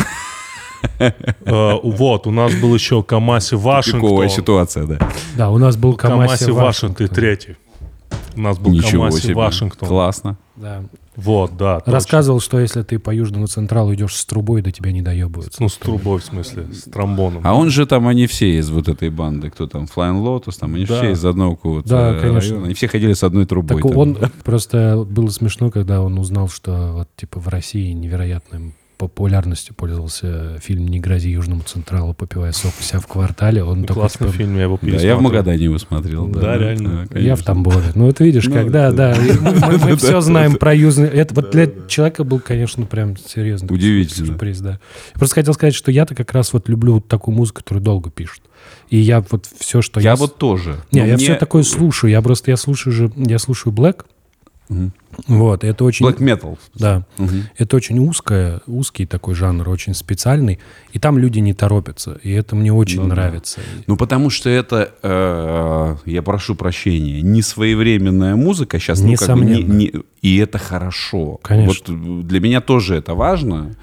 Вот, у нас был еще Камаси Вашингтон. Тупиковая ситуация, да. Да, у нас был Камаси Вашингтон, ты третий. У нас был Камаси Вашингтон. Классно. Да. Вот, да. Рассказывал, что если ты по Южному Централу идешь с трубой, до тебя не доебываются. Ну, с трубой, в смысле, с тромбоном. А он же там, они все из вот этой банды. Кто там, Flying Lotus, там, они да. все из одного какого-то да, конечно. района. Они все ходили с одной трубой. Так там. Он просто было смешно, когда он узнал, что вот, типа, в России невероятным популярностью пользовался фильм «Не грози Южному Централу, попивая сок у себя в квартале». Он ну, такой, классный типа, фильм, я его пересмотрел. Да, я в Магадане его смотрел. Да, да реально. Да, я в Тамбове. Ну, это видишь, ну, когда, да, мы, мы все знаем про Южный... Это вот для человека был, конечно, прям серьезный удивительно сюрприз, да. Я просто хотел сказать, что я-то как раз вот люблю вот такую музыку, которую долго пишут. И я вот все, что я... Я вот тоже. Не, я мне... все такое слушаю. Я просто, я слушаю же, я слушаю Black. Угу. Вот, это очень... Black metal. Да. Угу. Это очень узкое, узкий такой жанр, очень специальный. И там люди не торопятся. И это мне очень ну, нравится. Да. Ну, потому что это, э, я прошу прощения, несвоевременная музыка сейчас. Ну, как бы не, не, и это хорошо. Конечно. Вот для меня тоже это важно.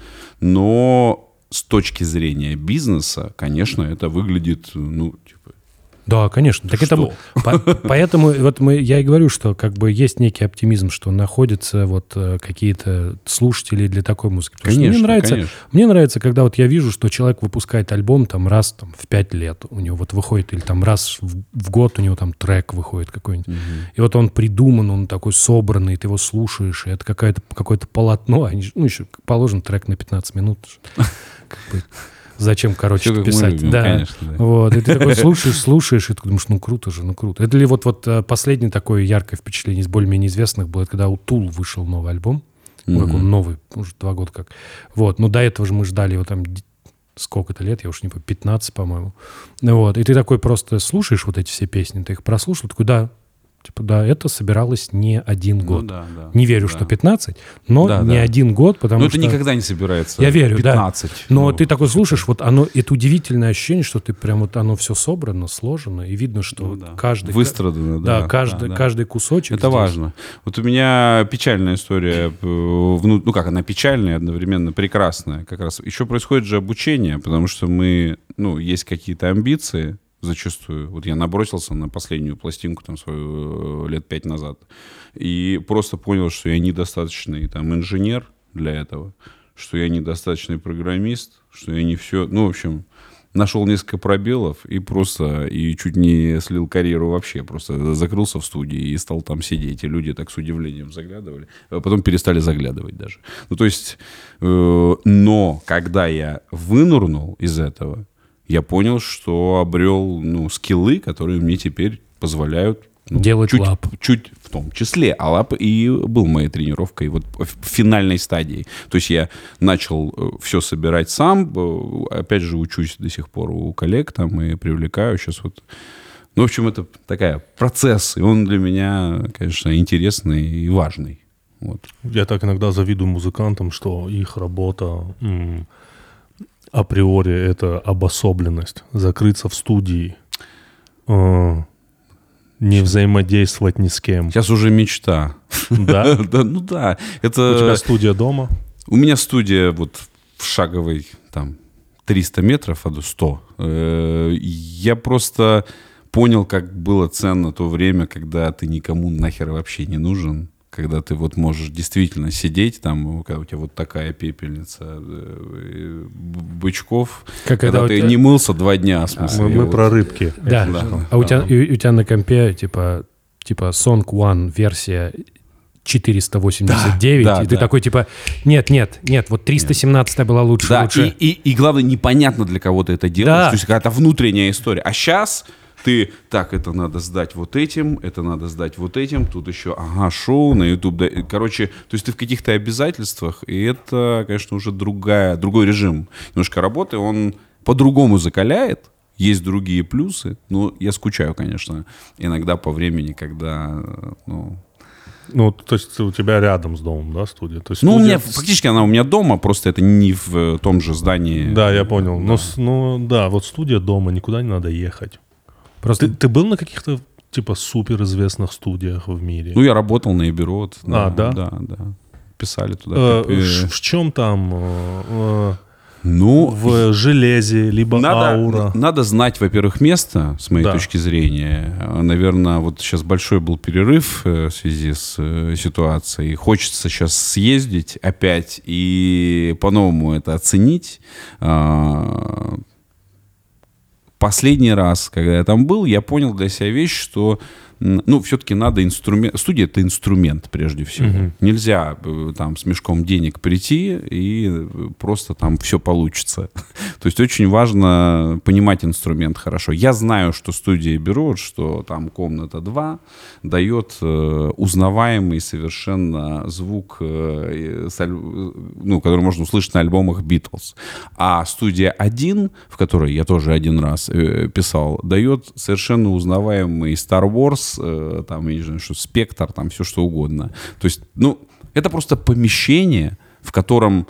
Но с точки зрения бизнеса, конечно, это выглядит, ну, типа... Да, конечно. Так это, по, поэтому вот мы, я и говорю, что как бы есть некий оптимизм, что находятся вот какие-то слушатели для такой музыки. Потому конечно, что мне нравится, конечно. Мне нравится, когда вот я вижу, что человек выпускает альбом там раз там, в пять лет у него вот выходит, или там раз в, в год у него там трек выходит какой-нибудь. Угу. И вот он придуман, он такой собранный, ты его слушаешь, и это какое-то, какое-то полотно. Ну, еще положен трек на пятнадцать минут. Как бы... Зачем, короче, все, писать? Любим, да. Конечно, да. Вот. И ты такой слушаешь, слушаешь, и ты думаешь, ну круто же, ну круто. Это ли вот, вот последнее такое яркое впечатление из более-менее известных было, когда у Тул вышел новый альбом. Mm-hmm. Как он новый, уже два года как. Вот. Но до этого же мы ждали его там сколько-то лет, я уж не помню, пятнадцать, по-моему. Вот. И ты такой просто слушаешь вот эти все песни, ты их прослушал, такой, да, типа, да, это собиралось не один год. Ну, да, да, не верю, да. что пятнадцать, но да, не да. один год, потому но что... это никогда не собирается. Я верю, пятнадцать. Да. Но ну, ты такой слушаешь, вот оно, это удивительное ощущение, что ты прям вот оно все собрано, сложено, и видно, что ну, да. каждый... Выстрадано, да. Да, каждый, да, каждый кусочек. Это здесь. важно. Вот у меня печальная история, ну как, она печальная, одновременно прекрасная. Как раз еще происходит же обучение, потому что мы, ну, есть какие-то амбиции, зачастую. Вот я набросился на последнюю пластинку там свою лет пять назад и просто понял, что я недостаточный там инженер для этого, что я недостаточный программист, что я не все... Ну, в общем, нашел несколько пробелов и просто, и чуть не слил карьеру вообще. Просто закрылся в студии и стал там сидеть. И люди так с удивлением заглядывали. А потом перестали заглядывать даже. Ну, то есть, э, но когда я вынырнул из этого, я понял, что обрел, ну, скиллы, которые мне теперь позволяют ну, делать чуть, лап. Чуть в том числе. А лап и был моей тренировкой вот в финальной стадии. То есть я начал все собирать сам. Опять же, учусь до сих пор у коллег там и привлекаю сейчас вот. Ну, в общем, это такая процесс. И он для меня, конечно, интересный и важный. Вот. Я так иногда завидую музыкантам, что их работа м- априори это обособленность. Закрыться в студии. Э- Не взаимодействовать ни с кем. Сейчас уже мечта. Да? Да, ну да. Это... У тебя студия дома? У меня студия вот в шаговой, там, триста метров, а сто. Я просто понял, как было ценно то время, когда ты никому нахер вообще не нужен. Когда ты вот можешь действительно сидеть там, когда у тебя вот такая пепельница бычков, Как когда это ты тебя... не мылся два дня, в смысле. Мы, мы вот. про рыбки. Да, Да. а у тебя, и, у тебя на компе типа, типа Song One версия четыреста восемьдесят девять, да, и да. ты такой типа, нет, нет, нет, вот триста семнадцатая была лучше, Да, лучше. и, и, и главное, непонятно для кого ты это делаешь. Да. То есть какая-то внутренняя история. А сейчас ты, так, это надо сдать вот этим, это надо сдать вот этим, тут еще, ага, шоу на YouTube. Да, короче, то есть ты в каких-то обязательствах, и это, конечно, уже другая, другой режим немножко работы. Он по-другому закаляет, есть другие плюсы, но я скучаю, конечно, иногда по времени, когда, ну... Ну, то есть у тебя рядом с домом, да, студия? То есть Ну, студия... у меня, фактически она у меня дома, просто это не в том же здании. Да, я понял. Да. Но, с- ну, да, вот студия дома, никуда не надо ехать. Просто Ты, ты был на каких-то, типа, суперизвестных студиях в мире? Ну, я работал на Эбирот. А, да? Да, да. Писали туда. Э, Э, ш- в чем там? э, Ну, В железе, либо надо, аура? надо знать, во-первых, место, с моей Да. точки зрения. Наверное, вот сейчас большой был перерыв э, в связи с э, ситуацией. Хочется сейчас съездить опять и по-новому это оценить. А, Последний раз, когда я там был, я понял для себя вещь, что ну, все-таки надо инструмент... Студия — это инструмент, прежде всего. Мгм. Нельзя э, там с мешком денег прийти и просто там все получится. То есть очень важно понимать инструмент хорошо. Я знаю, что студия берут, что там комната два дает э, узнаваемый совершенно звук, э, с аль- ну, который можно услышать на альбомах Beatles. А студия один, в которой я тоже один раз э, писал, дает совершенно узнаваемый Star Wars, э, там, я не знаю, что, спектр, там, все что угодно. То есть, ну, это просто помещение, в котором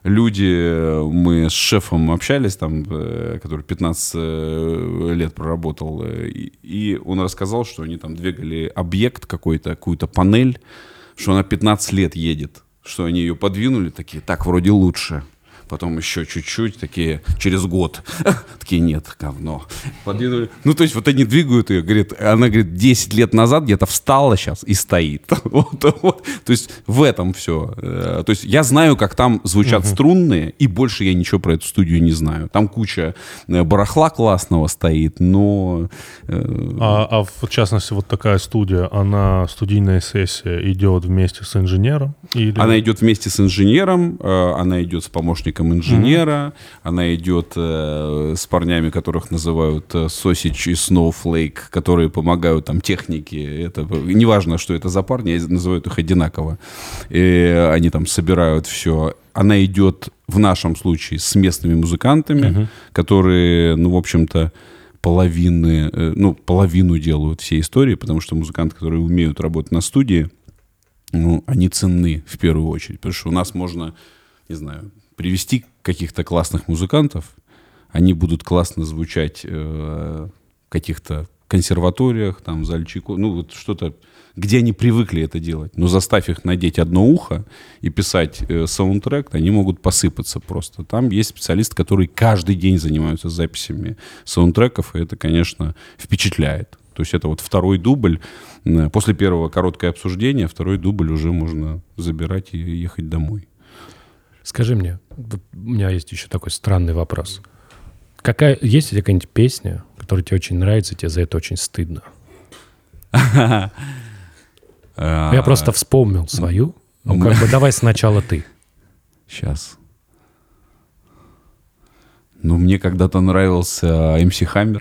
люди, мы с шефом общались, там, э, который пятнадцать э, лет проработал, э, и, и он рассказал, что они там двигали объект какой-то, какую-то панель, что она пятнадцать лет едет, что они ее подвинули, такие, так, вроде лучше. Потом еще чуть-чуть, такие, через год. Такие, нет, говно. Подвинули. Ну, то есть, вот они двигают ее, говорит, она, говорит, десять лет назад где-то встала сейчас и стоит. Вот, вот. То есть, в этом все. То есть, я знаю, как там звучат uh-huh. струнные, и больше я ничего про эту студию не знаю. Там куча барахла классного стоит, но... А, а в частности, вот такая студия, она, студийная сессия идет вместе с инженером? Или... Она идет вместе с инженером, она идет с помощником инженера, mm-hmm. она идет э, с парнями, которых называют э, Sausage и Snowflake, которые помогают там технике. Это, неважно, что это за парни, я называю их одинаково. И они там собирают все. Она идет в нашем случае с местными музыкантами, mm-hmm. которые, ну, в общем-то, половины, э, ну, половину делают всей истории, потому что музыканты, которые умеют работать на студии, ну, они ценны в первую очередь. Потому что у нас можно, не знаю, привести каких-то классных музыкантов, они будут классно звучать э, в каких-то консерваториях, там, Зальчику, ну, вот что-то, где они привыкли это делать. Но заставь их надеть одно ухо и писать э, саундтрек, они могут посыпаться просто. Там есть специалисты, которые каждый день занимаются записями саундтреков, и это, конечно, впечатляет. То есть это вот второй дубль. После первого короткое обсуждение, второй дубль уже можно забирать и ехать домой. Скажи мне, у меня есть еще такой странный вопрос. какая, есть у тебя какая-нибудь песня, которая тебе очень нравится, и тебе за это очень стыдно? Я просто вспомнил свою. Ну, как бы давай сначала ты. Сейчас. Ну, мне когда-то нравился эм си Hammer.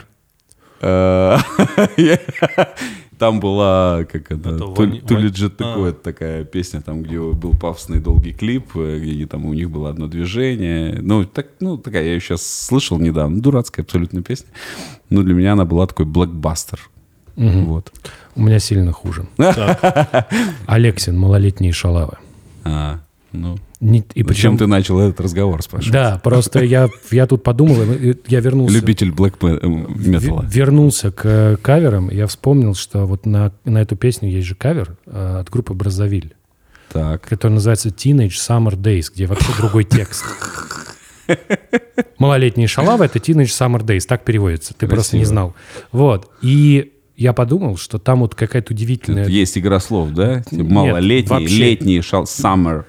Там была, как это, To Legit такое, такая песня, там, где был пафосный долгий клип, где там у них было одно движение. Ну, так, ну такая, я ее сейчас слышал недавно. Дурацкая абсолютно песня. Но для меня она была такой блокбастер. Угу. Вот. У меня сильно хуже. Алексин, «Малолетние шалавы». А, ну... Не, и Зачем причем ты начал этот разговор, спрашивать? Да, просто я, я тут подумал, я вернулся... Любитель блэк металла. Вернулся к каверам, и я вспомнил, что вот на, на эту песню есть же кавер э, от группы Браззавиль, Так. который называется Teenage Summer Days, где вообще другой текст. «Малолетние шалавы» — это Teenage Summer Days, так переводится, ты Красиво. Просто не знал. Вот, и я подумал, что там вот какая-то удивительная... Есть игра слов, да? Нет, Малолетний, вообще. летний, шал, summer.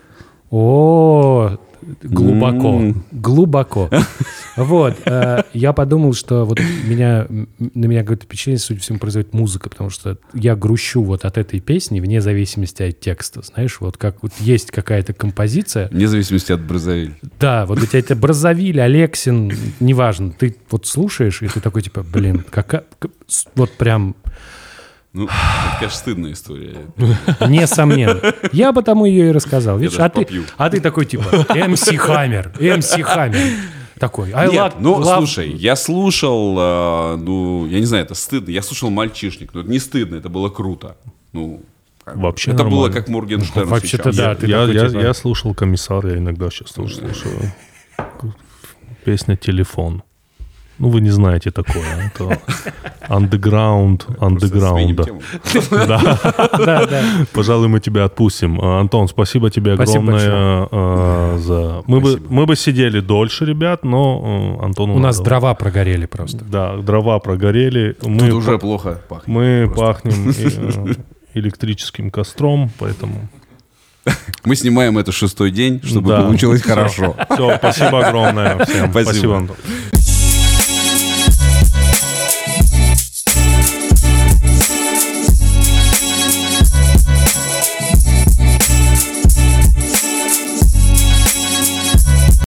О, глубоко, М. глубоко. Вот, э, я подумал, что вот меня, на меня какое-то впечатление, судя по всему, производит музыка, потому что я грущу вот от этой песни вне зависимости от текста, знаешь, вот как вот есть какая-то композиция. Вне зависимости от Браззавиль. Да, вот у тебя это Браззавиль, Алексин, неважно, ты вот слушаешь, и ты такой типа, блин, какая, вот прям... Ну, это, конечно, стыдная история. Несомненно. Я потому ее и рассказал. Видишь, даже а, ты, попью. а ты такой типа эм си Hammer, эм си Hammer. Такой. I Нет, love- ну, love- слушай, я слушал, э, ну, я не знаю, это стыдно. Я слушал «Мальчишник», но это не стыдно, это было круто. Ну, как бы. Вообще Это было нормально. как Моргенштерн Вообще-то сейчас. да. Я, ты я, такой, я, типа- я слушал «Комиссар», я иногда сейчас тоже слушаю. Песня «Телефон». Ну, вы не знаете такое. Это андеграунд андеграунда. Да. Да, да. Пожалуй, мы тебя отпустим. А, Антон, спасибо тебе Спасибо огромное а, за... Мы бы, мы бы сидели дольше, ребят, но а, Антону У нас надо. дрова прогорели просто. Да, дрова прогорели. Мы Тут уже па- плохо пахнет. Мы просто. пахнем э, электрическим костром, поэтому... Мы снимаем это шестой день, чтобы Да. получилось хорошо. Все, спасибо огромное всем. Спасибо. Спасибо, Антон.